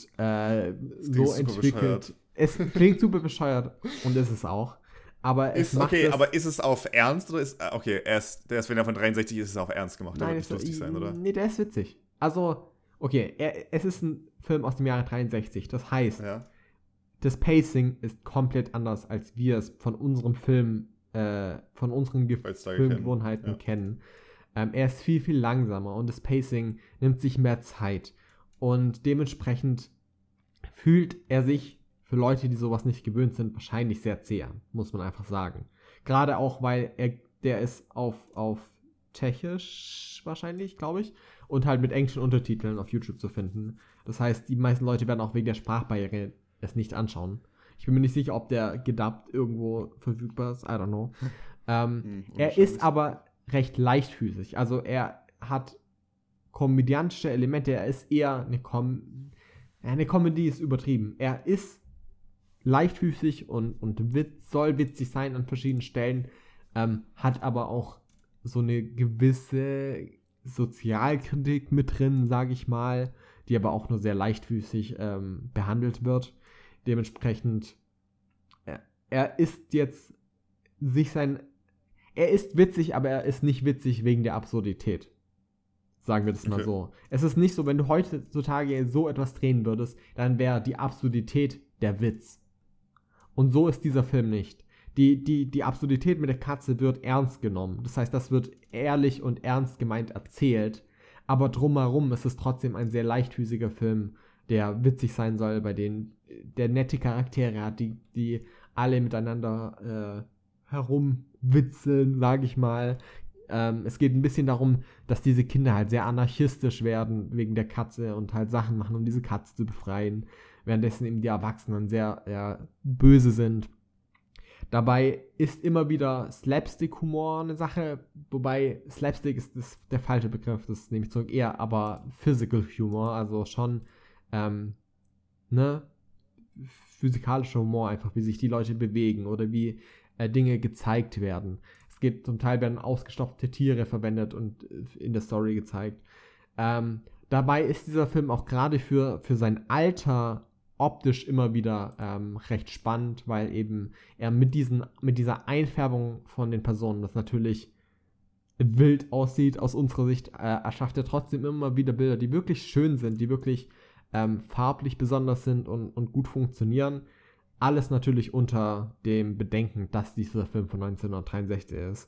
so entwickelt. Es klingt super bescheuert und ist es auch. Aber es macht okay, aber ist es auf Ernst oder ist okay, wenn er von 63 ist, ist es auf Ernst gemacht, nein, der wird nicht lustig sein, oder? Nee, der ist witzig. Also, okay, es ist ein Film aus dem Jahre 63, das heißt, das Pacing ist komplett anders, als wir es von unserem Film, von unseren Filmgewohnheiten kennen. Er ist viel, viel langsamer und das Pacing nimmt sich mehr Zeit. Und dementsprechend fühlt er sich für Leute, die sowas nicht gewöhnt sind, wahrscheinlich sehr zäh an, muss man einfach sagen. Gerade auch, weil der ist auf Tschechisch wahrscheinlich, glaube ich, und halt mit englischen Untertiteln auf YouTube zu finden. Das heißt, die meisten Leute werden auch wegen der Sprachbarriere es nicht anschauen. Ich bin mir nicht sicher, ob der gedubbt irgendwo verfügbar ist. I don't know. Er ist aber recht leichtfüßig. Also er hat komödiantische Elemente. Er ist eher eine Comedy ist übertrieben. Er ist leichtfüßig und soll witzig sein an verschiedenen Stellen, hat aber auch so eine gewisse Sozialkritik mit drin, sage ich mal, die aber auch nur sehr leichtfüßig behandelt wird. Dementsprechend, er ist witzig, aber er ist nicht witzig wegen der Absurdität. Sagen wir das mal so. Es ist nicht so, wenn du heutzutage so etwas drehen würdest, dann wäre die Absurdität der Witz. Und so ist dieser Film nicht. Die Absurdität mit der Katze wird ernst genommen. Das heißt, das wird ehrlich und ernst gemeint erzählt. Aber drumherum ist es trotzdem ein sehr leichtfüßiger Film, der witzig sein soll, bei denen der nette Charaktere hat, die alle miteinander herumwitzeln, sage ich mal. Es geht ein bisschen darum, dass diese Kinder halt sehr anarchistisch werden wegen der Katze und halt Sachen machen, um diese Katze zu befreien, währenddessen eben die Erwachsenen sehr böse sind. Dabei ist immer wieder Slapstick-Humor eine Sache, wobei Slapstick ist der falsche Begriff, das nehme ich zurück, eher aber Physical Humor, also schon physikalischer Humor einfach, wie sich die Leute bewegen oder wie Dinge gezeigt werden. Es geht zum Teil, werden ausgestopfte Tiere verwendet und in der Story gezeigt. Dabei ist dieser Film auch gerade für sein Alter optisch immer wieder recht spannend, weil eben er mit dieser Einfärbung von den Personen, das natürlich wild aussieht aus unserer Sicht, erschafft er trotzdem immer wieder Bilder, die wirklich schön sind, die wirklich farblich besonders sind und gut funktionieren. Alles natürlich unter dem Bedenken, dass dieser Film von 1963 ist.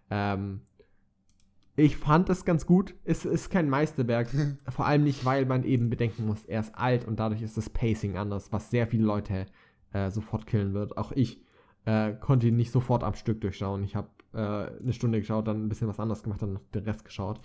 Ich fand es ganz gut. Es ist kein Meisterwerk. Vor allem nicht, weil man eben bedenken muss, er ist alt und dadurch ist das Pacing anders, was sehr viele Leute sofort killen wird. Auch ich konnte ihn nicht sofort am Stück durchschauen. Ich habe eine Stunde geschaut, dann ein bisschen was anderes gemacht, dann den Rest geschaut.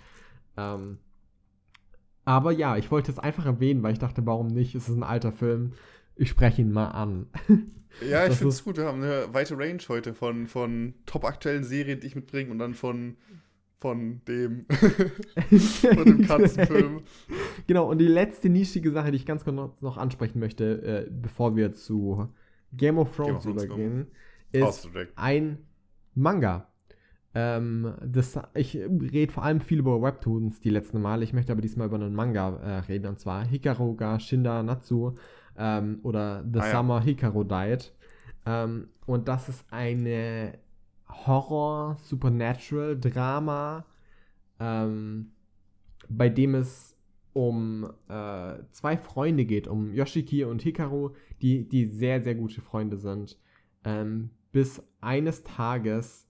Aber ja, ich wollte es einfach erwähnen, weil ich dachte, warum nicht? Es ist ein alter Film. Ich spreche ihn mal an. Ja, ich finde es gut. Wir haben eine weite Range heute von top aktuellen Serien, die ich mitbringe und dann von dem Katzenfilm. Genau, und die letzte nischige Sache, die ich ganz kurz noch ansprechen möchte, bevor wir zu Game of Thrones übergehen, ist ein Manga. Ich rede vor allem viel über Webtoons die letzten Male. Ich möchte aber diesmal über einen Manga reden, und zwar Hikaru ga Shinda Natsu oder The Summer Hikaru Died. Und das ist eine Horror-Supernatural-Drama, bei dem es um 2 Freunde geht, um Yoshiki und Hikaru, die sehr, sehr gute Freunde sind. Bis eines Tages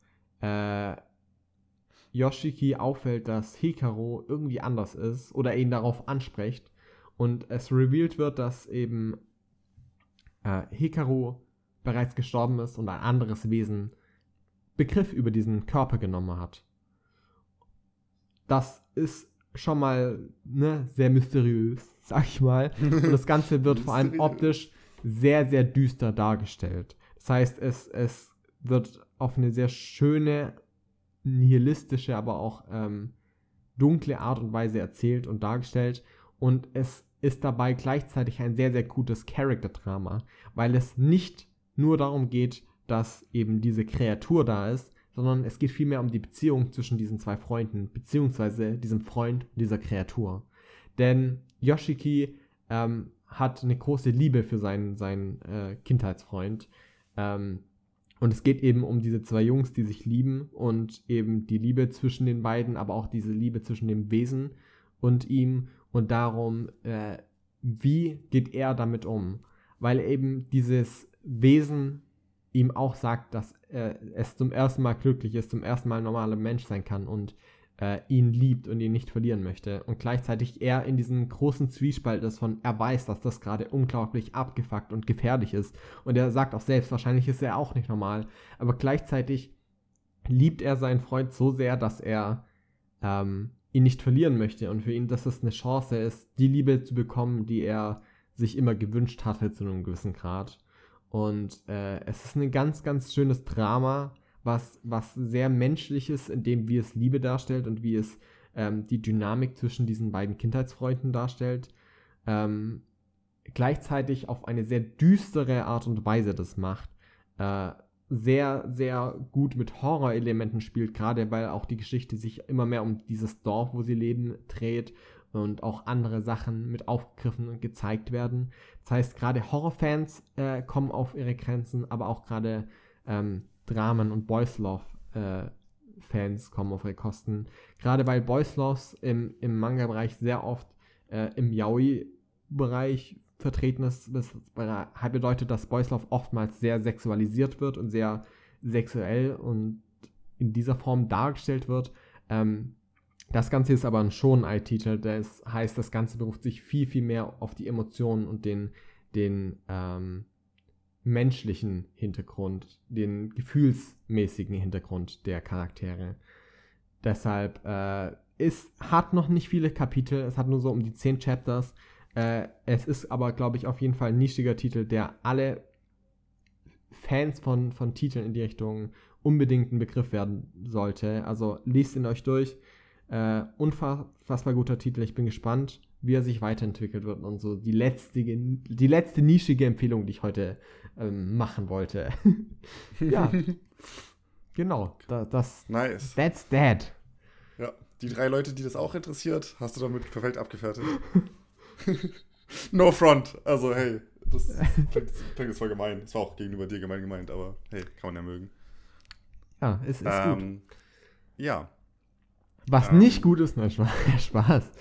Yoshiki auffällt, dass Hikaru irgendwie anders ist oder ihn darauf anspricht und es revealed wird, dass eben Hikaru bereits gestorben ist und ein anderes Wesen Begriff über diesen Körper genommen hat. Das ist schon mal sehr mysteriös, sag ich mal. Und das Ganze wird vor allem optisch sehr, sehr düster dargestellt. Das heißt, es wird auf eine sehr schöne, nihilistische, aber auch dunkle Art und Weise erzählt und dargestellt. Und es ist dabei gleichzeitig ein sehr, sehr gutes Charakterdrama, weil es nicht nur darum geht, dass eben diese Kreatur da ist, sondern es geht vielmehr um die Beziehung zwischen diesen 2 Freunden, beziehungsweise diesem Freund und dieser Kreatur. Denn Yoshiki hat eine große Liebe für seinen Kindheitsfreund. Und es geht eben um diese 2 Jungs, die sich lieben und eben die Liebe zwischen den beiden, aber auch diese Liebe zwischen dem Wesen und ihm und darum, wie geht er damit um? Weil eben dieses Wesen ihm auch sagt, dass es zum ersten Mal glücklich ist, zum ersten Mal ein normaler Mensch sein kann und ihn liebt und ihn nicht verlieren möchte. Und gleichzeitig er in diesem großen Zwiespalt ist von, er weiß, dass das gerade unglaublich abgefuckt und gefährlich ist. Und er sagt auch selbst, wahrscheinlich ist er auch nicht normal. Aber gleichzeitig liebt er seinen Freund so sehr, dass er ihn nicht verlieren möchte. Und für ihn, dass es eine Chance ist, die Liebe zu bekommen, die er sich immer gewünscht hatte zu einem gewissen Grad. Und es ist ein ganz, ganz schönes Drama, was sehr menschlich ist, in dem wie es Liebe darstellt und wie es die Dynamik zwischen diesen beiden Kindheitsfreunden darstellt. Gleichzeitig auf eine sehr düstere Art und Weise das macht. Sehr, sehr gut mit Horrorelementen spielt, gerade weil auch die Geschichte sich immer mehr um dieses Dorf, wo sie leben, dreht und auch andere Sachen mit aufgegriffen und gezeigt werden. Das heißt, gerade Horrorfans kommen auf ihre Grenzen, aber auch gerade Dramen- und Boys Love-Fans kommen auf ihre Kosten. Gerade weil Boys Loves im Manga-Bereich sehr oft im Yaoi-Bereich vertreten ist. Das bedeutet, dass Boys Love oftmals sehr sexualisiert wird und sehr sexuell und in dieser Form dargestellt wird. Das Ganze ist aber ein Shonen-Ai-Titel, das heißt, das Ganze beruft sich viel, viel mehr auf die Emotionen und den menschlichen Hintergrund, den gefühlsmäßigen Hintergrund der Charaktere. Deshalb, es hat noch nicht viele Kapitel, es hat nur so um die 10 Chapters. Es ist aber, glaube ich, auf jeden Fall ein nischiger Titel, der alle Fans von Titeln in die Richtung unbedingt ein Begriff werden sollte. Also liest ihn euch durch. Unfassbar guter Titel. Ich bin gespannt, wie er sich weiterentwickelt wird und so die letzte nischige Empfehlung, die ich heute machen wollte. Ja, genau. Nice. That's that. Ja, die 3 Leute, die das auch interessiert, hast du damit perfekt abgefertigt. No front. Also, hey, das klingt jetzt voll gemein. Es war auch gegenüber dir gemeint, aber hey, kann man ja mögen. Ja, ist gut. Ja. Was nicht gut ist, nein, Spaß.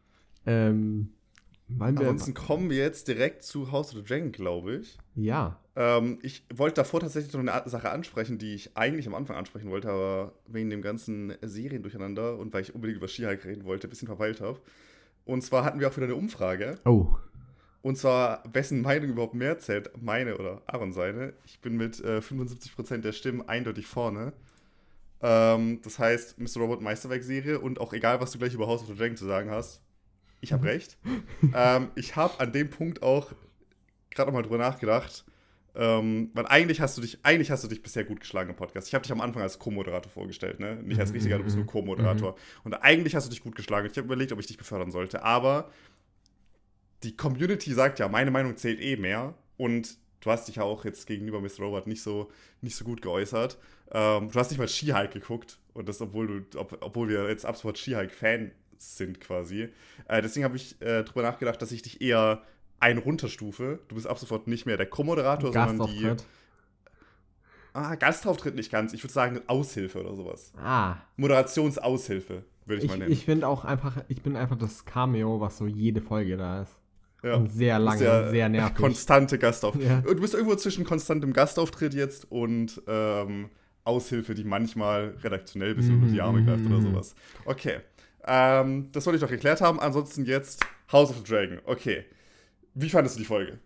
Ansonsten kommen wir jetzt direkt zu House of the Dragon, glaube ich. Ja. Ich wollte davor tatsächlich noch eine Sache ansprechen, die ich eigentlich am Anfang ansprechen wollte, aber wegen dem ganzen Seriendurcheinander und weil ich unbedingt über She-Hulk reden wollte, ein bisschen verweilt habe. Und zwar hatten wir auch wieder eine Umfrage. Oh. Und zwar, wessen Meinung überhaupt mehr zählt, meine oder Aaron seine. Ich bin mit 75% der Stimmen eindeutig vorne. Das heißt, Mr. Robot Meisterwerk-Serie und auch egal, was du gleich über House of the Dragon zu sagen hast, ich habe recht. Ich habe an dem Punkt auch gerade nochmal drüber nachgedacht, weil eigentlich hast du dich bisher gut geschlagen im Podcast. Ich habe dich am Anfang als Co-Moderator vorgestellt, ne? Nicht als richtiger, du bist nur Co-Moderator. Und eigentlich hast du dich gut geschlagen. Ich habe überlegt, ob ich dich befördern sollte, aber die Community sagt ja, meine Meinung zählt eh mehr und du hast dich ja auch jetzt gegenüber Mr. Robot nicht so gut geäußert. Du hast nicht mal She-Hulk geguckt. Und das, obwohl wir jetzt ab sofort She-Hulk-Fan sind quasi. Deswegen habe ich drüber nachgedacht, dass ich dich eher runterstufe. Du bist ab sofort nicht mehr der Co-Moderator, sondern die. Gastauftritt nicht ganz. Ich würde sagen Aushilfe oder sowas. Moderationsaushilfe, würde ich mal nennen. Ich finde auch einfach, ich bin einfach das Cameo, was so jede Folge da ist. Ja. Und sehr lange und sehr nervig. Konstante Gastauftritt. Ja. Du bist irgendwo zwischen konstantem Gastauftritt jetzt und Aushilfe, die manchmal redaktionell ein bisschen unter die Arme greift oder sowas. Okay. Das wollte ich doch geklärt haben. Ansonsten jetzt House of the Dragon. Okay. Wie fandest du die Folge?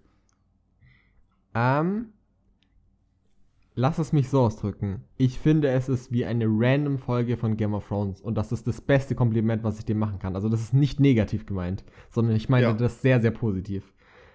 Lass es mich so ausdrücken. Ich finde, es ist wie eine random Folge von Game of Thrones. Und das ist das beste Kompliment, was ich dir machen kann. Also das ist nicht negativ gemeint, sondern ich meine das sehr, sehr positiv.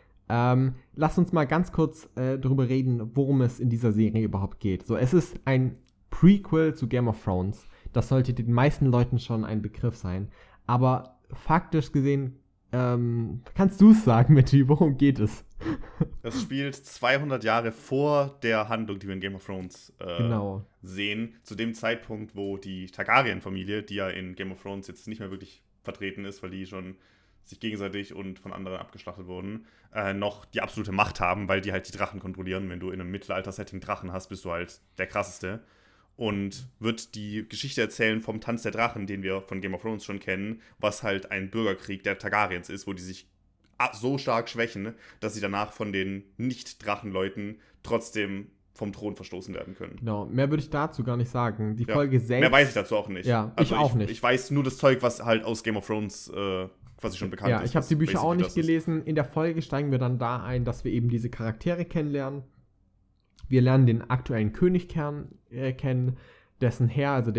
Lass uns mal ganz kurz darüber reden, worum es in dieser Serie überhaupt geht. So, es ist ein Prequel zu Game of Thrones. Das sollte den meisten Leuten schon ein Begriff sein. Aber faktisch gesehen, kannst du es sagen, Mitty, worum geht es? Es spielt 200 Jahre vor der Handlung, die wir in Game of Thrones sehen. Zu dem Zeitpunkt, wo die Targaryen-Familie, die ja in Game of Thrones jetzt nicht mehr wirklich vertreten ist, weil die schon sich gegenseitig und von anderen abgeschlachtet wurden, noch die absolute Macht haben, weil die halt die Drachen kontrollieren. Wenn du in einem Mittelalter-Setting Drachen hast, bist du halt der Krasseste. Und wird die Geschichte erzählen vom Tanz der Drachen, den wir von Game of Thrones schon kennen, was halt ein Bürgerkrieg der Targaryens ist, wo die sich so stark schwächen, dass sie danach von den Nicht-Drachenleuten trotzdem vom Thron verstoßen werden können. Genau, mehr würde ich dazu gar nicht sagen. Die Folge selbst... Mehr weiß ich dazu auch nicht. Ja, also ich auch nicht. Ich weiß nur das Zeug, was halt aus Game of Thrones quasi schon bekannt ist. Ja, ich habe die Bücher auch nicht gelesen. In der Folge steigen wir dann da ein, dass wir eben diese Charaktere kennenlernen. Wir lernen den aktuellen König kennen, dessen Herr, also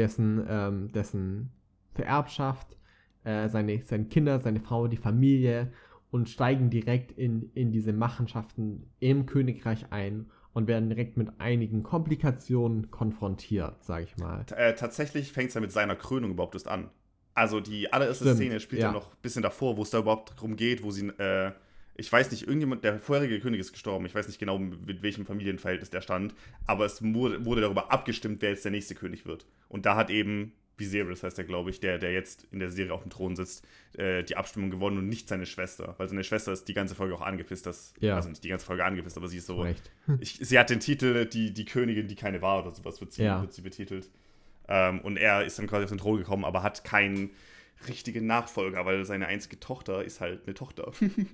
dessen Vererbschaft, seine Kinder, seine Frau, die Familie und steigen direkt in diese Machenschaften im Königreich ein und werden direkt mit einigen Komplikationen konfrontiert, sag ich mal. Tatsächlich fängt es ja mit seiner Krönung überhaupt erst an. Also die allererste Szene spielt ja noch ein bisschen davor, wo es da überhaupt darum geht, wo sie ich weiß nicht, der vorherige König ist gestorben. Ich weiß nicht genau, mit welchem Familienverhältnis der stand. Aber es wurde darüber abgestimmt, wer jetzt der nächste König wird. Und da hat eben Viserys, heißt der, glaube ich, der jetzt in der Serie auf dem Thron sitzt, die Abstimmung gewonnen und nicht seine Schwester. Weil seine Schwester ist die ganze Folge auch angepisst. Also nicht die ganze Folge angepisst, aber sie ist so... Sie hat den Titel, die Königin, die keine war oder sowas, wird sie betitelt. Und er ist dann quasi auf den Thron gekommen, aber hat keinen richtigen Nachfolger, weil seine einzige Tochter ist halt eine Tochter.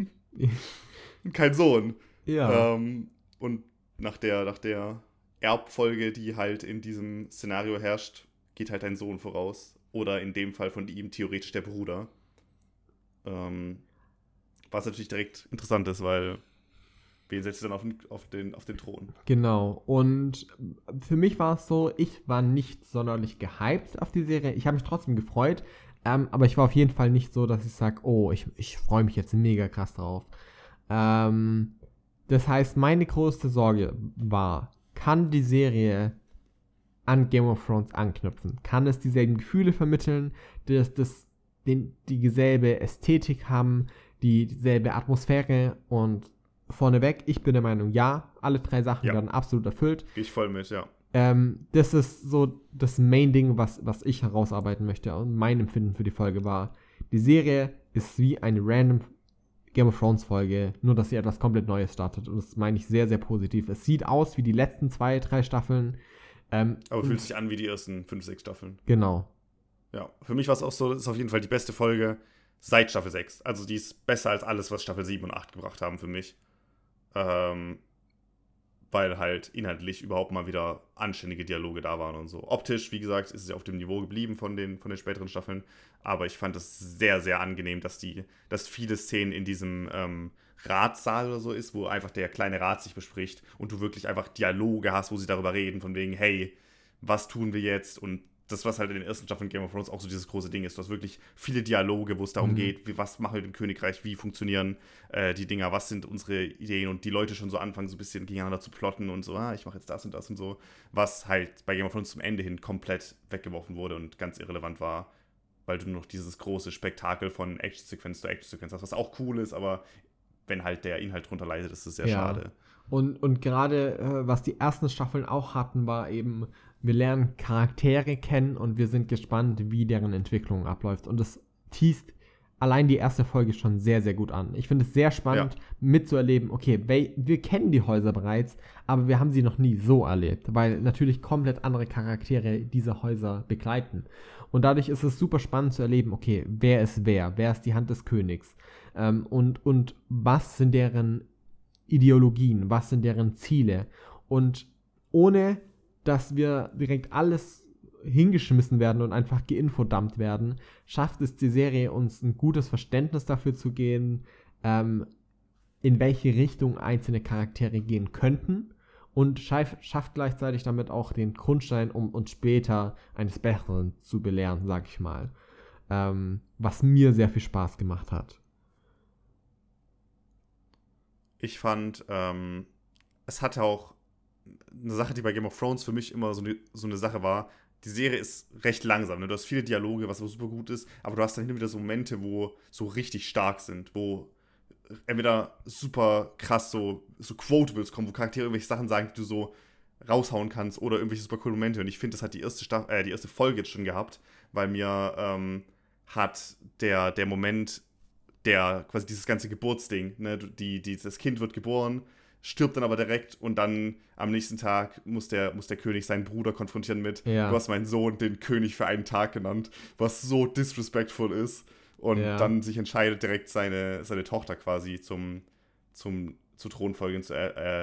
Kein Sohn. Ja. Und nach der Erbfolge, die halt in diesem Szenario herrscht, geht halt ein Sohn voraus. Oder in dem Fall von ihm theoretisch der Bruder. Was natürlich direkt interessant ist, weil wen setzt du dann auf den Thron? Genau. Und für mich war es so, ich war nicht sonderlich gehypt auf die Serie. Ich habe mich trotzdem gefreut. Aber ich war auf jeden Fall nicht so, dass ich sage, oh, ich freue mich jetzt mega krass drauf. Das heißt, meine größte Sorge war, kann die Serie an Game of Thrones anknüpfen? Kann es dieselben Gefühle vermitteln, dieselbe Ästhetik haben, dieselbe Atmosphäre? Und vorneweg, ich bin der Meinung, ja, alle 3 Sachen werden absolut erfüllt. Gehe ich voll mit, ja. Das ist so das Main-Ding, was ich herausarbeiten möchte. Und mein Empfinden für die Folge war, die Serie ist wie eine random Game of Thrones Folge, nur dass sie etwas komplett Neues startet. Und das meine ich sehr, sehr positiv. Es sieht aus wie die letzten 2, 3 Staffeln. Aber fühlt sich an wie die ersten 5, 6 Staffeln. Genau. Ja, für mich war es auch so, das ist auf jeden Fall die beste Folge seit Staffel 6. Also die ist besser als alles, was Staffel 7 und 8 gebracht haben für mich. Weil halt inhaltlich überhaupt mal wieder anständige Dialoge da waren und so. Optisch, wie gesagt, ist es ja auf dem Niveau geblieben von den späteren Staffeln. Aber ich fand es sehr, sehr angenehm, dass viele Szenen in diesem Ratssaal oder so ist, wo einfach der kleine Rat sich bespricht und du wirklich einfach Dialoge hast, wo sie darüber reden, von wegen, hey, was tun wir jetzt? Und das, was halt in den ersten Staffeln Game of Thrones auch so dieses große Ding ist. Du hast wirklich viele Dialoge, wo es darum geht, was machen wir mit dem Königreich, wie funktionieren die Dinger, was sind unsere Ideen und die Leute schon so anfangen, so ein bisschen gegeneinander zu plotten und so, ich mache jetzt das und so, was halt bei Game of Thrones zum Ende hin komplett weggeworfen wurde und ganz irrelevant war, weil du nur noch dieses große Spektakel von Action-Sequenz zu Action-Sequenz hast, was auch cool ist, aber wenn halt der Inhalt drunter leidet, ist es sehr schade. Und gerade, was die ersten Staffeln auch hatten, war eben, wir lernen Charaktere kennen und wir sind gespannt, wie deren Entwicklung abläuft. Und das teast allein die erste Folge schon sehr, sehr gut an. Ich finde es sehr spannend, mitzuerleben, okay, wir kennen die Häuser bereits, aber wir haben sie noch nie so erlebt, weil natürlich komplett andere Charaktere diese Häuser begleiten. Und dadurch ist es super spannend zu erleben, okay, wer ist die Hand des Königs und was sind deren Ideologien, was sind deren Ziele. Und ohne, dass wir direkt alles hingeschmissen werden und einfach geinfodumpt werden, schafft es die Serie, uns ein gutes Verständnis dafür zu gehen, in welche Richtung einzelne Charaktere gehen könnten und schafft gleichzeitig damit auch den Grundstein, um uns später eines Besseren zu belehren, sag ich mal. Was mir sehr viel Spaß gemacht hat. Ich fand, es hatte auch eine Sache, die bei Game of Thrones für mich immer so eine Sache war. Die Serie ist recht langsam, ne? Du hast viele Dialoge, was super gut ist, aber du hast dann hin und wieder so Momente, wo so richtig stark sind, wo entweder super krass so Quotables kommen, wo Charaktere irgendwelche Sachen sagen, die du so raushauen kannst, oder irgendwelche super coole Momente. Und ich finde, das hat die erste Folge jetzt schon gehabt, weil mir hat der Moment, der quasi dieses ganze Geburtsding, ne, das Kind wird geboren, stirbt dann aber direkt und dann am nächsten Tag muss der König seinen Bruder konfrontieren mit, du hast meinen Sohn den König für einen Tag genannt, was so disrespectful ist und dann sich entscheidet, direkt seine Tochter quasi zur Thronfolgin zu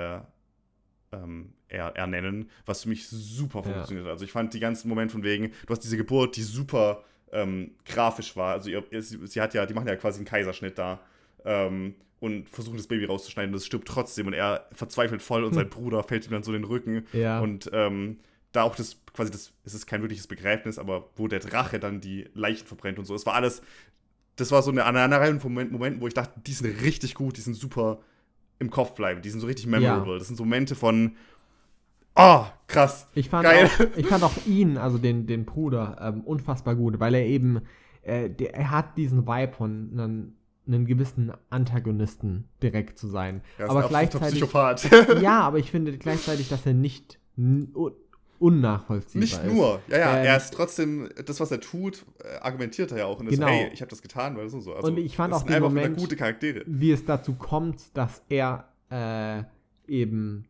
ernennen, was für mich super funktioniert. Also ich fand die ganzen Momente von wegen, du hast diese Geburt, die super grafisch war, also die machen ja quasi einen Kaiserschnitt da und versuchen das Baby rauszuschneiden und es stirbt trotzdem und er verzweifelt voll und sein Bruder fällt ihm dann so in den Rücken und da auch es ist kein wirkliches Begräbnis, aber wo der Drache dann die Leichen verbrennt und so, das war so eine Reihe von Momenten, wo ich dachte, die sind richtig gut, die sind super im Kopf bleiben, die sind so richtig memorable, das sind so Momente von krass. Ich fand auch ihn, also den Bruder, unfassbar gut, weil er eben, er hat diesen Vibe von einen gewissen Antagonisten direkt zu sein. Ja, aber gleichzeitig Psychopath. Ja, aber ich finde gleichzeitig, dass er nicht unnachvollziehbar ist. Nicht nur. Er ist trotzdem, das, was er tut, argumentiert er ja auch. Und genau. Hey, ich habe das getan, weil so. Also, und ich fand das auch den Moment, gute Charaktere. wie es dazu kommt, dass er eben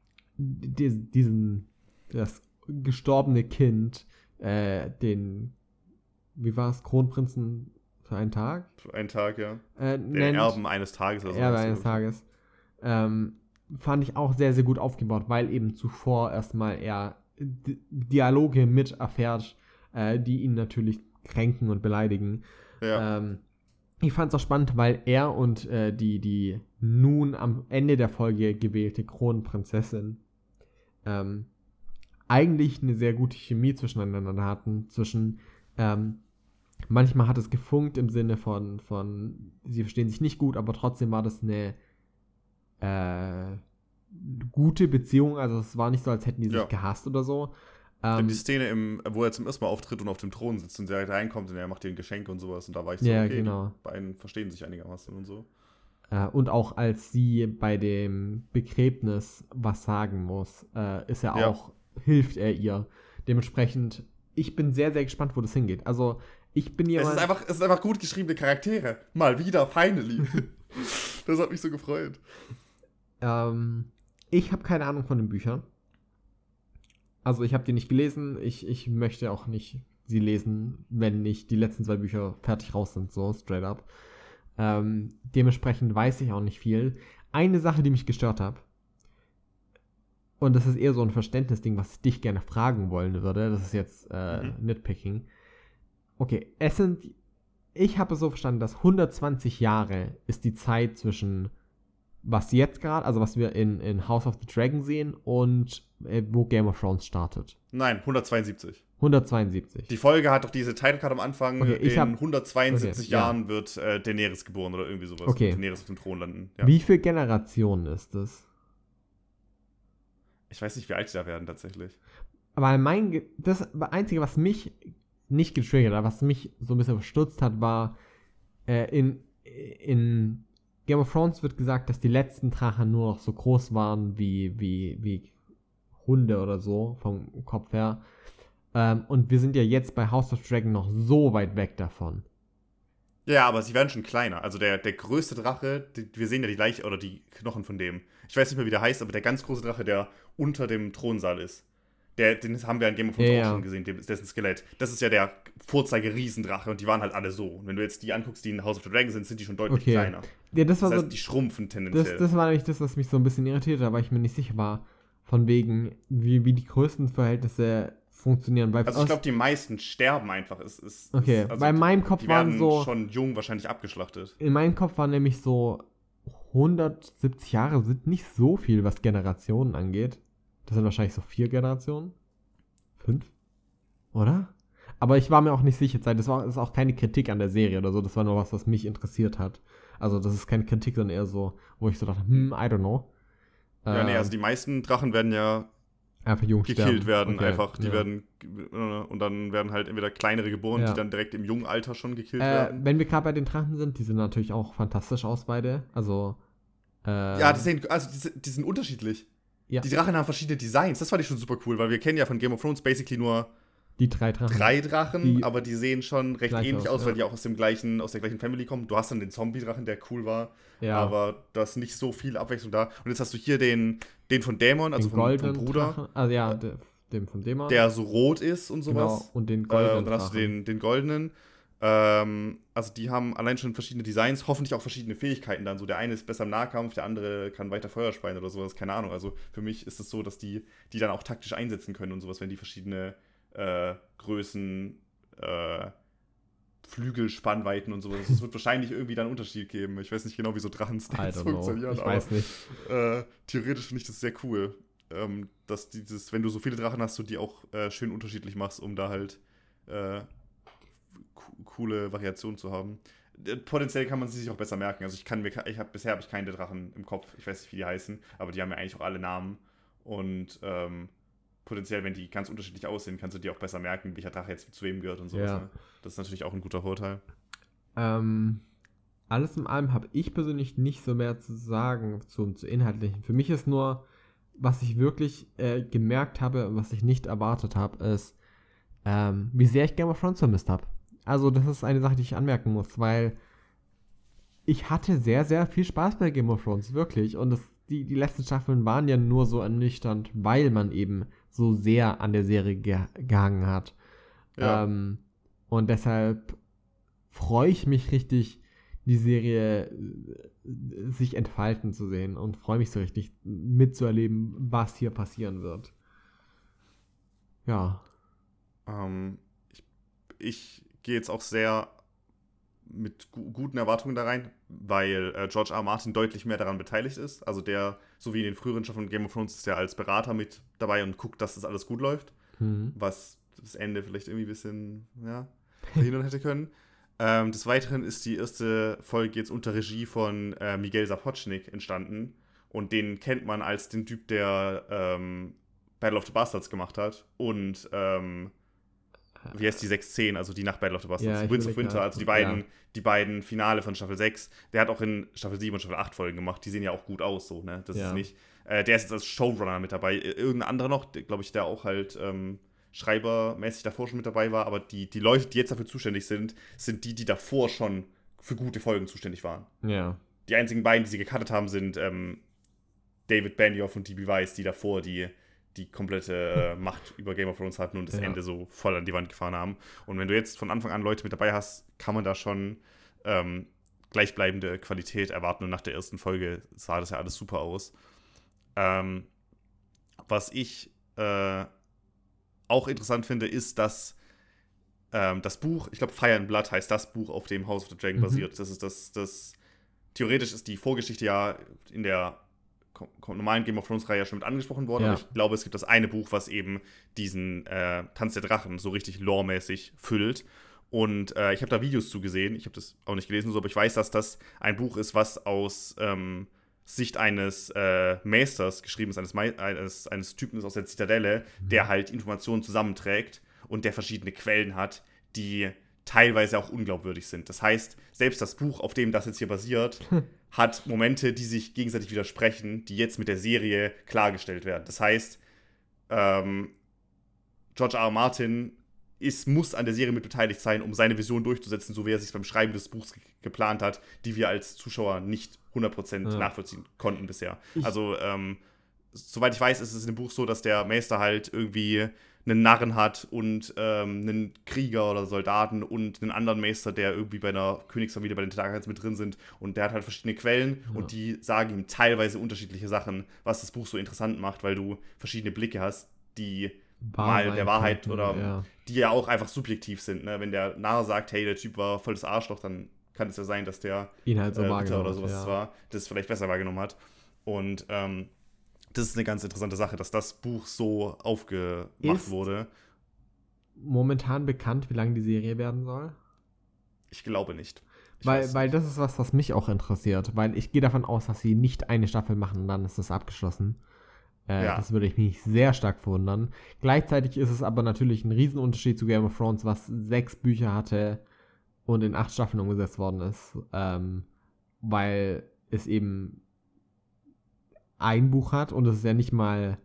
das gestorbene Kind, wie war es, Kronprinzen für einen Tag? Für einen Tag, ja. Den Erben eines Tages. Also Erbe eines Tages. Fand ich auch sehr, sehr gut aufgebaut, weil eben zuvor erstmal er Dialoge mit erfährt, die ihn natürlich kränken und beleidigen. Ja. Ich fand es auch spannend, weil er und die nun am Ende der Folge gewählte Kronprinzessin eigentlich eine sehr gute Chemie zwischeneinander hatten. Manchmal hat es gefunkt im Sinne von sie verstehen sich nicht gut, aber trotzdem war das eine gute Beziehung. Also es war nicht so, als hätten die sich gehasst oder so. Die Szene, wo er zum ersten Mal auftritt und auf dem Thron sitzt und der reinkommt und er macht dir ein Geschenk und sowas. Und da war ich so, genau. Die beiden verstehen sich einigermaßen und so. Und auch als sie bei dem Begräbnis was sagen muss, hilft er ihr. Dementsprechend, ich bin sehr, sehr gespannt, wo das hingeht. Also, ich bin jemand... Es ist einfach gut geschriebene Charaktere. Mal wieder, finally. Das hat mich so gefreut. Ich habe keine Ahnung von den Büchern. Also, ich habe die nicht gelesen. Ich möchte auch nicht sie lesen, wenn nicht die letzten 2 Bücher fertig raus sind, so straight up. Dementsprechend weiß ich auch nicht viel. Eine Sache, die mich gestört hat, und das ist eher so ein Verständnisding, was ich dich gerne fragen wollen würde, das ist jetzt Nitpicking. Okay, ich habe es so verstanden, dass 120 Jahre ist die Zeit zwischen was jetzt gerade, also was wir in House of the Dragon sehen und wo Game of Thrones startet. Nein, 172. 172. Die Folge hat doch diese Title Card am Anfang. Okay, in 172 Jahren wird Daenerys geboren oder irgendwie sowas. Okay. Und Daenerys auf dem Thron landen. Ja. Wie viele Generationen ist das? Ich weiß nicht, wie alt sie da werden tatsächlich. Aber das Einzige, was mich nicht getriggert hat, was mich so ein bisschen verstutzt hat, war in Game of Thrones wird gesagt, dass die letzten Drachen nur noch so groß waren wie Hunde oder so, vom Kopf her. Und wir sind ja jetzt bei House of Dragon noch so weit weg davon. Ja, aber sie werden schon kleiner. Also der größte Drache, wir sehen ja die Leiche oder die Knochen von dem. Ich weiß nicht mehr, wie der heißt, aber der ganz große Drache, der unter dem Thronsaal ist. Den haben wir in Game of Thrones auch schon gesehen, dessen Skelett. Das ist ja der Vorzeige-Riesendrache und die waren halt alle so. Und wenn du jetzt die anguckst, die in House of the Dragon sind die schon deutlich kleiner. Ja, das heißt, die schrumpfen tendenziell. Das war nämlich das, was mich so ein bisschen irritiert hat, weil ich mir nicht sicher war, von wegen, wie die Größenverhältnisse funktionieren. Weil also ich glaube, die meisten sterben einfach. Okay, also bei meinem Kopf waren so... schon jung wahrscheinlich abgeschlachtet. In meinem Kopf waren nämlich so 170 Jahre sind nicht so viel, was Generationen angeht. Das sind wahrscheinlich so 4 Generationen. 5? Oder? Aber ich war mir auch nicht sicher. Das ist auch keine Kritik an der Serie oder so. Das war nur was mich interessiert hat. Also das ist keine Kritik, sondern eher so, wo ich so dachte, I don't know. Ja, nee, also die meisten Drachen werden ja einfach jung gekillt werden. Okay, einfach, die werden und dann werden halt entweder kleinere geboren, die dann direkt im jungen Alter schon gekillt werden. Wenn wir gerade bei den Drachen sind, die sehen natürlich auch fantastisch aus, beide. Also ja, die sind unterschiedlich. Ja. Die Drachen haben verschiedene Designs. Das fand ich schon super cool, weil wir kennen ja von Game of Thrones basically nur die 3 Drachen. Aber die sehen schon recht ähnlich aus, weil die auch aus der gleichen Family kommen. Du hast dann den Zombie-Drachen, der cool war, aber da ist nicht so viel Abwechslung da. Und jetzt hast du hier den von Daemon, also vom Bruder. Drachen. Also ja, den von Daemon. Der so rot ist und sowas. Genau, und den goldenen und dann hast du den goldenen. Also die haben allein schon verschiedene Designs, hoffentlich auch verschiedene Fähigkeiten dann. So der eine ist besser im Nahkampf, der andere kann weiter Feuer speien oder sowas, keine Ahnung. Also für mich ist es so, dass die dann auch taktisch einsetzen können und sowas, wenn die verschiedene Größen, Flügelspannweiten und sowas. Es wird wahrscheinlich irgendwie dann einen Unterschied geben. Ich weiß nicht genau, wie so Drachen-Stats funktionieren. Ich weiß nicht. Theoretisch finde ich das sehr cool, dass wenn du so viele Drachen hast, du die auch schön unterschiedlich machst, um da halt coole Variationen zu haben. Potenziell kann man sie sich auch besser merken. Also bisher habe ich keine Drachen im Kopf. Ich weiß nicht, wie die heißen, aber die haben ja eigentlich auch alle Namen. Und potenziell, wenn die ganz unterschiedlich aussehen, kannst du dir auch besser merken, welcher Drache jetzt zu wem gehört und sowas. Ja. Ne? Das ist natürlich auch ein guter Vorteil. Alles in allem habe ich persönlich nicht so mehr zu sagen zu Inhaltlichen. Für mich ist nur, was ich wirklich gemerkt habe und was ich nicht erwartet habe, ist, wie sehr ich Game of Thrones vermisst habe. Also das ist eine Sache, die ich anmerken muss, weil ich hatte sehr, sehr viel Spaß bei Game of Thrones, wirklich. Und die letzten Staffeln waren ja nur so ernüchternd, weil man eben so sehr an der Serie gehangen hat. Ja. Und deshalb freue ich mich richtig, die Serie sich entfalten zu sehen und freue mich so richtig mitzuerleben, was hier passieren wird. Ja. Ich gehe jetzt auch sehr mit guten Erwartungen da rein, weil George R. R. Martin deutlich mehr daran beteiligt ist. Also der, so wie in den früheren Staffeln Game of Thrones, ist der als Berater mit dabei und guckt, dass das alles gut läuft. Was das Ende vielleicht irgendwie ein bisschen verhindern hätte können. Des Weiteren ist die erste Folge jetzt unter Regie von Miguel Sapochnik entstanden. Und den kennt man als den Typ, der Battle of the Bastards gemacht hat. Und wie heißt die 6-10, also die nach Battle of the Bastards, Winds of Winter, also die beiden Finale von Staffel 6. Der hat auch in Staffel 7 und Staffel 8 Folgen gemacht, die sehen ja auch gut aus, so, ne? Das ist nicht. Der ist jetzt als Showrunner mit dabei. Irgendein anderer noch, glaube ich, der auch halt schreibermäßig davor schon mit dabei war, aber die Leute, die jetzt dafür zuständig sind die davor schon für gute Folgen zuständig waren. Ja. Die einzigen beiden, die sie gecuttet haben, sind David Benioff und D.B. Weiss, die davor die komplette Macht über Game of Thrones hatten und das Ende so voll an die Wand gefahren haben. Und wenn du jetzt von Anfang an Leute mit dabei hast, kann man da schon gleichbleibende Qualität erwarten. Und nach der ersten Folge sah das ja alles super aus. Was ich auch interessant finde, ist, dass das Buch, ich glaube Fire and Blood heißt das Buch, auf dem House of the Dragon basiert. Das ist das theoretisch ist die Vorgeschichte ja in der normalen Game of Thrones-Reihe ja schon mit angesprochen worden, aber ich glaube, es gibt das eine Buch, was eben diesen Tanz der Drachen so richtig lore-mäßig füllt. Und ich habe da Videos zugesehen, ich habe das auch nicht gelesen, aber ich weiß, dass das ein Buch ist, was aus Sicht eines Meisters geschrieben ist, eines Typen aus der Zitadelle, der halt Informationen zusammenträgt und der verschiedene Quellen hat, die teilweise auch unglaubwürdig sind. Das heißt, selbst das Buch, auf dem das jetzt hier basiert, hat Momente, die sich gegenseitig widersprechen, die jetzt mit der Serie klargestellt werden. Das heißt, George R. R. Martin muss an der Serie mit beteiligt sein, um seine Vision durchzusetzen, so wie er sich beim Schreiben des Buchs geplant hat, die wir als Zuschauer nicht 100% nachvollziehen konnten bisher. Also, soweit ich weiß, ist es in dem Buch so, dass der Meister halt irgendwie einen Narren hat und einen Krieger oder Soldaten und einen anderen Meister, der irgendwie bei einer Königsfamilie bei den Targaryens mit drin sind. Und der hat halt verschiedene Quellen und die sagen ihm teilweise unterschiedliche Sachen, was das Buch so interessant macht, weil du verschiedene Blicke hast, die mal der Wahrheit oder die ja auch einfach subjektiv sind. Ne? Wenn der Narr sagt, hey, der Typ war voll das Arschloch, dann kann es ja sein, dass der ihn halt so Ritter oder sowas war, das vielleicht besser wahrgenommen hat. Und das ist eine ganz interessante Sache, dass das Buch so aufgemacht wurde. Momentan bekannt, wie lange die Serie werden soll? Ich glaube nicht. Weil das ist was mich auch interessiert. Weil ich gehe davon aus, dass sie nicht eine Staffel machen und dann ist das abgeschlossen. Das würde ich mich sehr stark verwundern. Gleichzeitig ist es aber natürlich ein Riesenunterschied zu Game of Thrones, was 6 Bücher hatte und in 8 Staffeln umgesetzt worden ist. Weil es eben ein Buch hat und es ist ja nicht mal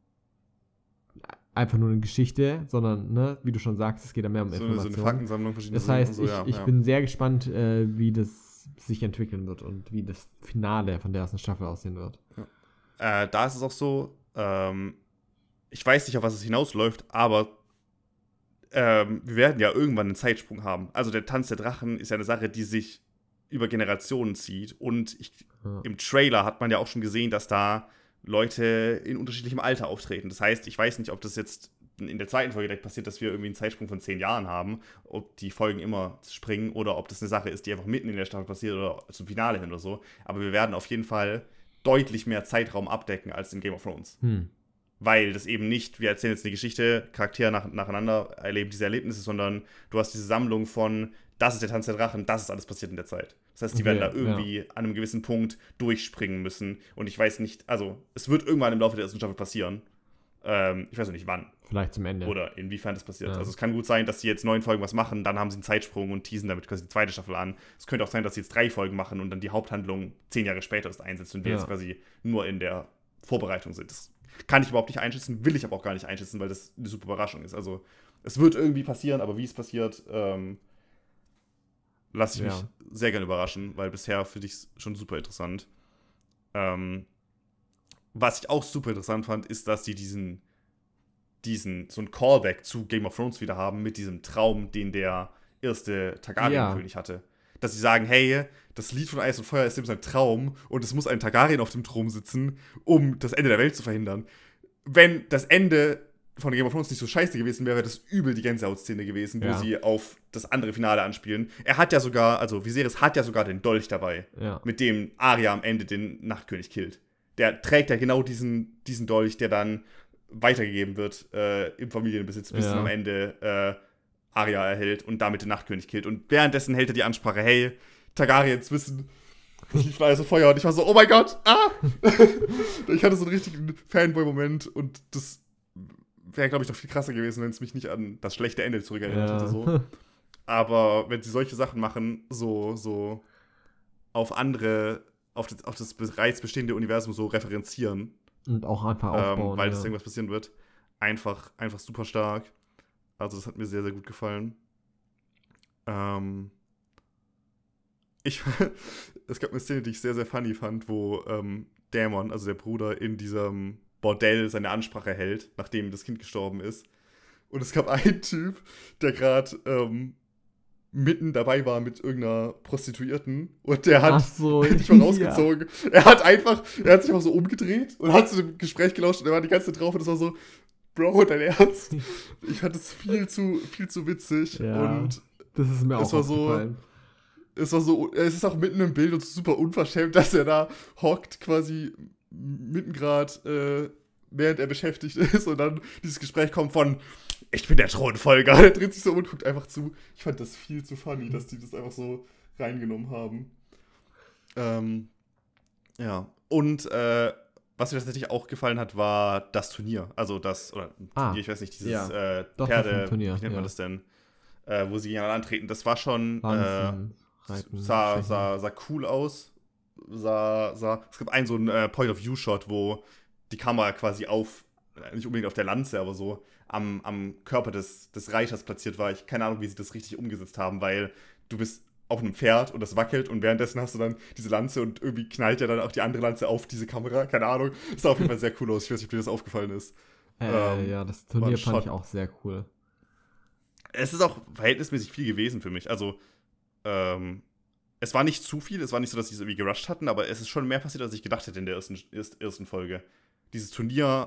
einfach nur eine Geschichte, sondern, ne, wie du schon sagst, es geht ja mehr um Informationen. So eine Faktensammlung, verschiedene Das heißt, ich bin sehr gespannt, wie das sich entwickeln wird und wie das Finale von der ersten Staffel aussehen wird. Ja. Da ist es auch so, ich weiß nicht, auf was es hinausläuft, aber wir werden ja irgendwann einen Zeitsprung haben. Also der Tanz der Drachen ist ja eine Sache, die sich über Generationen zieht. Und im Trailer hat man ja auch schon gesehen, dass da Leute in unterschiedlichem Alter auftreten. Das heißt, ich weiß nicht, ob das jetzt in der zweiten Folge direkt passiert, dass wir irgendwie einen Zeitsprung von 10 Jahren haben, ob die Folgen immer springen oder ob das eine Sache ist, die einfach mitten in der Staffel passiert oder zum Finale hin oder so. Aber wir werden auf jeden Fall deutlich mehr Zeitraum abdecken als in Game of Thrones. Weil das eben nicht, wir erzählen jetzt eine Geschichte, Charaktere nacheinander erleben diese Erlebnisse, sondern du hast diese Sammlung von, das ist der Tanz der Drachen, das ist alles passiert in der Zeit. Das heißt, die werden da irgendwie an einem gewissen Punkt durchspringen müssen. Und ich weiß nicht, also es wird irgendwann im Laufe der ersten Staffel passieren. Ich weiß noch nicht wann. Vielleicht zum Ende. Oder inwiefern das passiert. Ja. Also es kann gut sein, dass sie jetzt 9 Folgen was machen, dann haben sie einen Zeitsprung und teasen damit quasi die zweite Staffel an. Es könnte auch sein, dass sie jetzt 3 Folgen machen und dann die Haupthandlung 10 Jahre später ist einsetzt und wir jetzt quasi nur in der Vorbereitung sind. Das kann ich überhaupt nicht einschätzen, will ich aber auch gar nicht einschätzen, weil das eine super Überraschung ist. Also es wird irgendwie passieren, aber wie es passiert, lasse ich mich sehr gerne überraschen, weil bisher finde ich es schon super interessant. Was ich auch super interessant fand, ist, dass die diesen so ein Callback zu Game of Thrones wieder haben mit diesem Traum, den der erste Targaryen-König hatte. Dass sie sagen, hey, das Lied von Eis und Feuer ist eben sein Traum und es muss ein Targaryen auf dem Thron sitzen, um das Ende der Welt zu verhindern. Wenn das Ende von Game of Thrones nicht so scheiße gewesen wäre, wäre das übel die Gänsehautszene gewesen, wo sie auf das andere Finale anspielen. Er hat ja sogar, also Viserys hat ja sogar den Dolch dabei, mit dem Arya am Ende den Nachtkönig killt. Der trägt ja genau diesen Dolch, der dann weitergegeben wird im Familienbesitz, bis dann am Ende Arya erhält und damit den Nachtkönig killt. Und währenddessen hält er die Ansprache, hey, Targaryens wissen, das lief Eis und Feuer. Und ich war so, oh mein Gott, Ich hatte so einen richtigen Fanboy-Moment und das wäre, glaube ich, noch viel krasser gewesen, wenn es mich nicht an das schlechte Ende zurückerinnert hätte. So. Aber wenn sie solche Sachen machen, so auf das bereits bestehende Universum so referenzieren. Und auch einfach aufbauen. Weil das irgendwas passieren wird. Einfach super stark. Also das hat mir sehr, sehr gut gefallen. Es gab eine Szene, die ich sehr, sehr funny fand, wo Daemon, also der Bruder, in diesem Bordell seine Ansprache hält, nachdem das Kind gestorben ist. Und es gab einen Typ, der gerade mitten dabei war mit irgendeiner Prostituierten und der hat nicht mal rausgezogen. Er hat sich einfach so umgedreht und hat zu dem Gespräch gelauscht und er war die ganze Zeit drauf und es war so, Bro, dein Ernst? Ich fand es viel zu witzig und das ist mir auch aufgefallen. Es ist auch mitten im Bild und super unverschämt, dass er da hockt, quasi mitten gerade, während er beschäftigt ist und dann dieses Gespräch kommt von ich bin der Thronfolger. Er dreht sich so und guckt einfach zu. Ich fand das viel zu funny, dass die das einfach so reingenommen haben. Und was mir tatsächlich auch gefallen hat, war das Turnier. Also Turnier, ich weiß nicht, dieses Turnier. Wie nennt man das denn? wo sie gegeneinander antreten. Das war schon, sah cool aus. Es gab einen so einen Point-of-View-Shot, wo die Kamera quasi nicht unbedingt auf der Lanze, aber so am Körper des Reiters platziert war. Keine Ahnung, wie sie das richtig umgesetzt haben, weil du bist auf einem Pferd und das wackelt und währenddessen hast du dann diese Lanze und irgendwie knallt ja dann auch die andere Lanze auf diese Kamera. Keine Ahnung. Das sah auf jeden Fall sehr cool aus. Ich weiß nicht, ob dir das aufgefallen ist. Ja, das Turnier fand ich auch sehr cool. Es ist auch verhältnismäßig viel gewesen für mich. Also, es war nicht zu viel. Es war nicht so, dass sie es irgendwie gerusht hatten, aber es ist schon mehr passiert, als ich gedacht hätte in der ersten Folge. Dieses Turnier,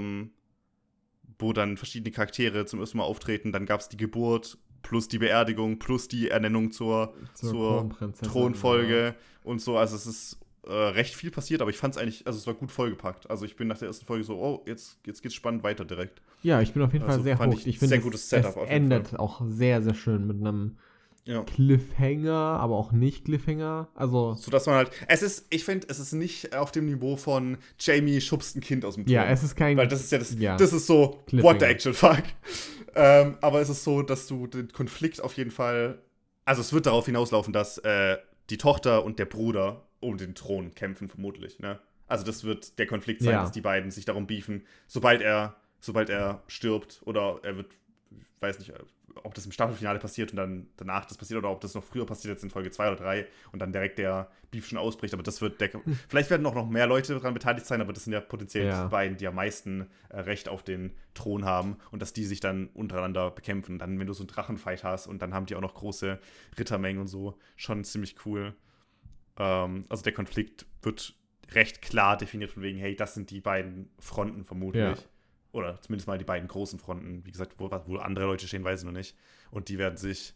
wo dann verschiedene Charaktere zum ersten Mal auftreten, dann gab es die Geburt, plus die Beerdigung, plus die Ernennung zur Thronfolge und so. Also es ist recht viel passiert, aber ich fand es eigentlich, also es war gut vollgepackt. Also ich bin nach der ersten Folge so, oh, jetzt geht's spannend weiter direkt. Ja, ich bin auf jeden Fall sehr hoch. Ich finde, sehr gutes Setup es endet auch sehr, sehr schön mit einem Cliffhanger, aber auch nicht Cliffhanger. Also so, dass man halt, ich finde, es ist nicht auf dem Niveau von Jamie schubst ein Kind aus dem Turm. Ja, es ist kein... Weil das ist das ist so, what the actual fuck. Aber es ist so, dass du den Konflikt auf jeden Fall, also es wird darauf hinauslaufen, dass die Tochter und der Bruder um den Thron kämpfen, vermutlich, ne? Also das wird der Konflikt sein, dass die beiden sich darum beefen, sobald er stirbt oder er wird, weiß nicht, ob das im Staffelfinale passiert und dann danach das passiert oder ob das noch früher passiert, jetzt in Folge 2 oder 3 und dann direkt der Beef schon ausbricht, aber das wird vielleicht werden auch noch mehr Leute daran beteiligt sein, aber das sind ja potenziell die beiden, die am meisten Recht auf den Thron haben und dass die sich dann untereinander bekämpfen. Dann, wenn du so einen Drachenfight hast und dann haben die auch noch große Rittermengen und so, schon ziemlich cool. Also der Konflikt wird recht klar definiert von wegen, hey, das sind die beiden Fronten vermutlich. Ja. Oder zumindest mal die beiden großen Fronten. Wie gesagt, wo andere Leute stehen, weiß ich noch nicht. Und die werden sich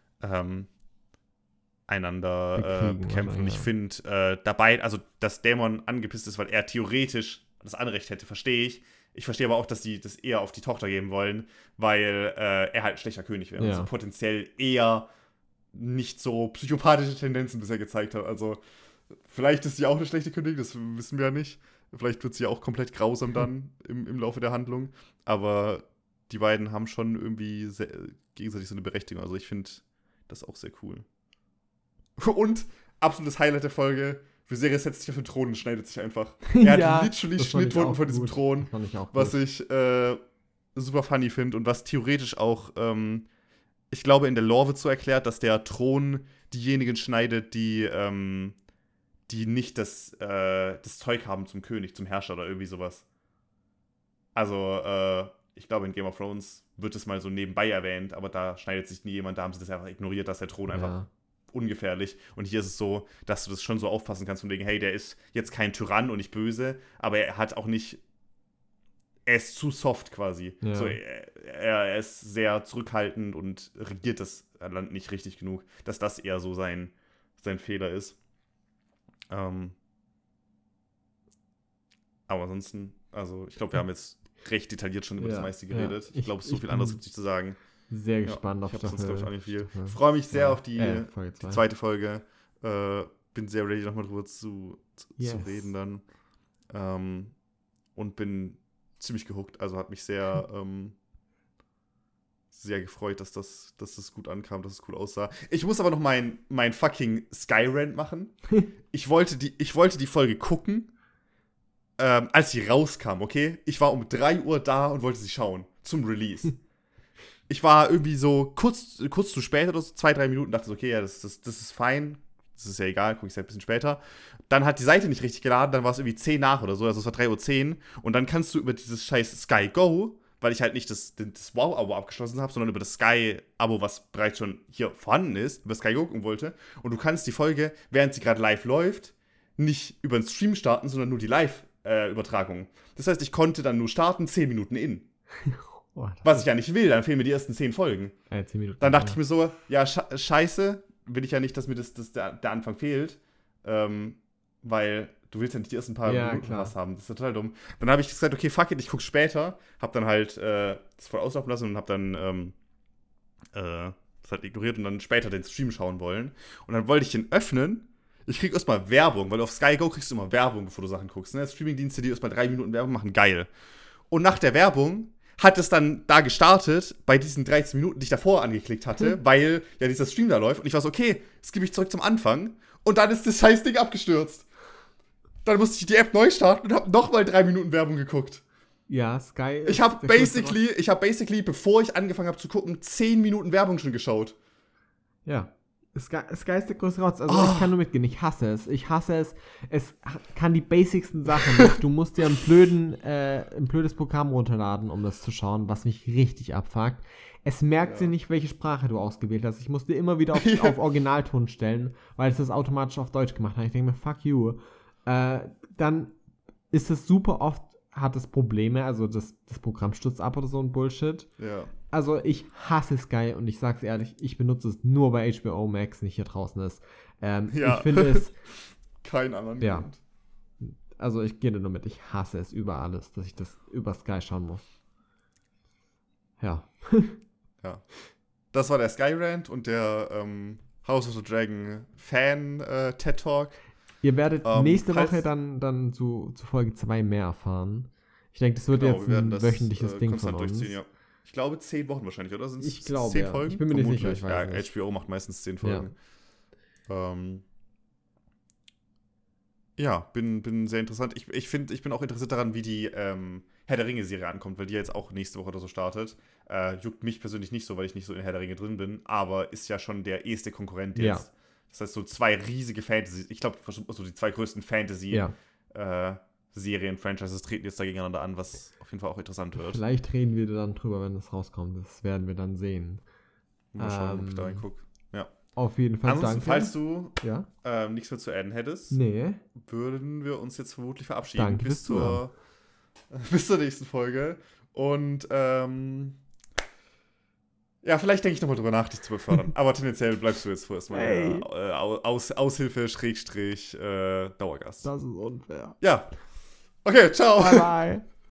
einander bekämpfen. Und ich finde dabei, also dass Daemon angepisst ist, weil er theoretisch das Anrecht hätte, verstehe ich. Ich verstehe aber auch, dass sie das eher auf die Tochter geben wollen, weil er halt ein schlechter König wäre. Also potenziell eher nicht so psychopathische Tendenzen bisher gezeigt hat. Also vielleicht ist sie auch eine schlechte Königin, das wissen wir ja nicht. Vielleicht wird sie ja auch komplett grausam dann im Laufe der Handlung. Aber die beiden haben schon irgendwie gegenseitig so eine Berechtigung. Also ich finde das auch sehr cool. Und absolutes Highlight der Folge, Viserys setzt sich auf den Thron und schneidet sich einfach. Er hat literally Schnittwunden von diesem Thron, was ich super funny finde und was theoretisch auch ich glaube, in der Lore wird so erklärt, dass der Thron diejenigen schneidet, die nicht das Zeug haben zum König, zum Herrscher oder irgendwie sowas. Also, ich glaube, in Game of Thrones wird es mal so nebenbei erwähnt, aber da schneidet sich nie jemand, da haben sie das einfach ignoriert, dass der Thron einfach ungefährlich. Und hier ist es so, dass du das schon so aufpassen kannst, von wegen, hey, der ist jetzt kein Tyrann und nicht böse, aber er hat auch nicht er ist zu soft quasi. Ja. So, er ist sehr zurückhaltend und regiert das Land nicht richtig genug, dass das eher so sein Fehler ist. Aber ansonsten, also ich glaube, wir haben jetzt recht detailliert schon über das meiste geredet. Ich glaube, so viel anderes gibt es nicht zu sagen. Sehr gespannt auf das. Ich habe sonst, glaube ich, auch nicht viel. Ich freue mich sehr auf die zweite Folge. Bin sehr ready, nochmal drüber zu reden dann. Und bin ziemlich gehuckt. Also hat mich sehr gefreut, dass das gut ankam, dass es cool aussah. Ich muss aber noch mein fucking Skyrant machen. Ich wollte die Folge gucken, als sie rauskam, okay? Ich war um 3 Uhr da und wollte sie schauen. Zum Release. Ich war irgendwie so kurz zu spät oder so, 2-3 Minuten, dachte so, okay, ja, das ist fein. Das ist ja egal, gucke ich halt ein bisschen später. Dann hat die Seite nicht richtig geladen, dann war es irgendwie 10 nach oder so, also es war 3:10 Uhr. Und dann kannst du über dieses scheiß Sky Go, weil ich halt nicht das Wow-Abo abgeschlossen habe, sondern über das Sky-Abo, was bereits schon hier vorhanden ist, über Sky Go gucken wollte. Und du kannst die Folge, während sie gerade live läuft, nicht über den Stream starten, sondern nur die Live-Übertragung. Das heißt, ich konnte dann nur starten 10 Minuten in. Was ich ja nicht will, dann fehlen mir die ersten 10 Folgen. 10 Minuten, dann dachte ich mir so, ja, scheiße, will ich ja nicht, dass mir der Anfang fehlt, weil du willst ja nicht die ersten paar Minuten was haben. Das ist total dumm. Dann habe ich gesagt, okay, fuck it, ich gucke später. Hab dann halt das voll auslaufen lassen und hab dann das halt ignoriert und dann später den Stream schauen wollen. Und dann wollte ich den öffnen. Ich krieg erstmal Werbung, weil auf Sky Go kriegst du immer Werbung, bevor du Sachen guckst. Ne? Streamingdienste, die erstmal 3 Minuten Werbung machen, geil. Und nach der Werbung hat es dann da gestartet, bei diesen 13 Minuten, die ich davor angeklickt hatte, weil ja dieser Stream da läuft. Und ich war so, okay, jetzt gebe ich zurück zum Anfang. Und dann ist das scheiß Ding abgestürzt. Dann musste ich die App neu starten und habe nochmal 3 Minuten Werbung geguckt. Ja, Sky. Ich habe basically, bevor ich angefangen habe zu gucken, 10 Minuten Werbung schon geschaut. Ja. Sky ist der größte Rotz. Also ich kann nur mitgehen. Ich hasse es. Es kann die basicsten Sachen nicht. Du musst dir ein blödes Programm runterladen, um das zu schauen, was mich richtig abfuckt. Es merkt sich nicht, welche Sprache du ausgewählt hast. Ich musste immer wieder auf Originalton stellen, weil es das automatisch auf Deutsch gemacht hat. Ich denke mir, fuck you. Dann ist es super oft, hat es Probleme, also das Programm stürzt ab oder so ein Bullshit. Ja. Also ich hasse Sky und ich sag's ehrlich, ich benutze es nur, weil HBO Max nicht hier draußen ist. Ich finde es... Kein anderen Grund. Also ich gehe nur mit, ich hasse es über alles, dass ich das über Sky schauen muss. Ja. Ja. Das war der Sky Rant und der House of the Dragon Fan TED Talk. Ihr werdet nächste Woche dann zu Folge 2 mehr erfahren. Ich denke, das wird jetzt ein wöchentliches Ding von uns. Ja. Ich glaube 10 Wochen wahrscheinlich, oder? Sind's ich glaube, 10 Folgen? Ich bin mir nicht sicher, ich weiß nicht. HBO macht meistens 10 Folgen. Ja, bin sehr interessant. Ich bin auch interessiert daran, wie die Herr der Ringe-Serie ankommt, weil die jetzt auch nächste Woche oder so startet. Juckt mich persönlich nicht so, weil ich nicht so in Herr der Ringe drin bin, aber ist ja schon der erste Konkurrent jetzt. Ja. Das heißt, so 2 riesige Fantasy, ich glaube, so die 2 größten Fantasy-Serien-Franchises treten jetzt da gegeneinander an, was auf jeden Fall auch interessant wird. Vielleicht reden wir dann drüber, wenn das rauskommt. Das werden wir dann sehen. Mal schauen, ob ich da reingucke. Ja. Auf jeden Fall, ansonsten, danke. Falls du nichts mehr zu adden hättest, würden wir uns jetzt vermutlich verabschieden. Danke bis zur nächsten Folge. Und ja, vielleicht denke ich nochmal drüber nach, dich zu befördern. Aber tendenziell bleibst du jetzt vorerst mal Aushilfe / Dauergast. Das ist unfair. Ja. Okay, ciao. Bye, bye.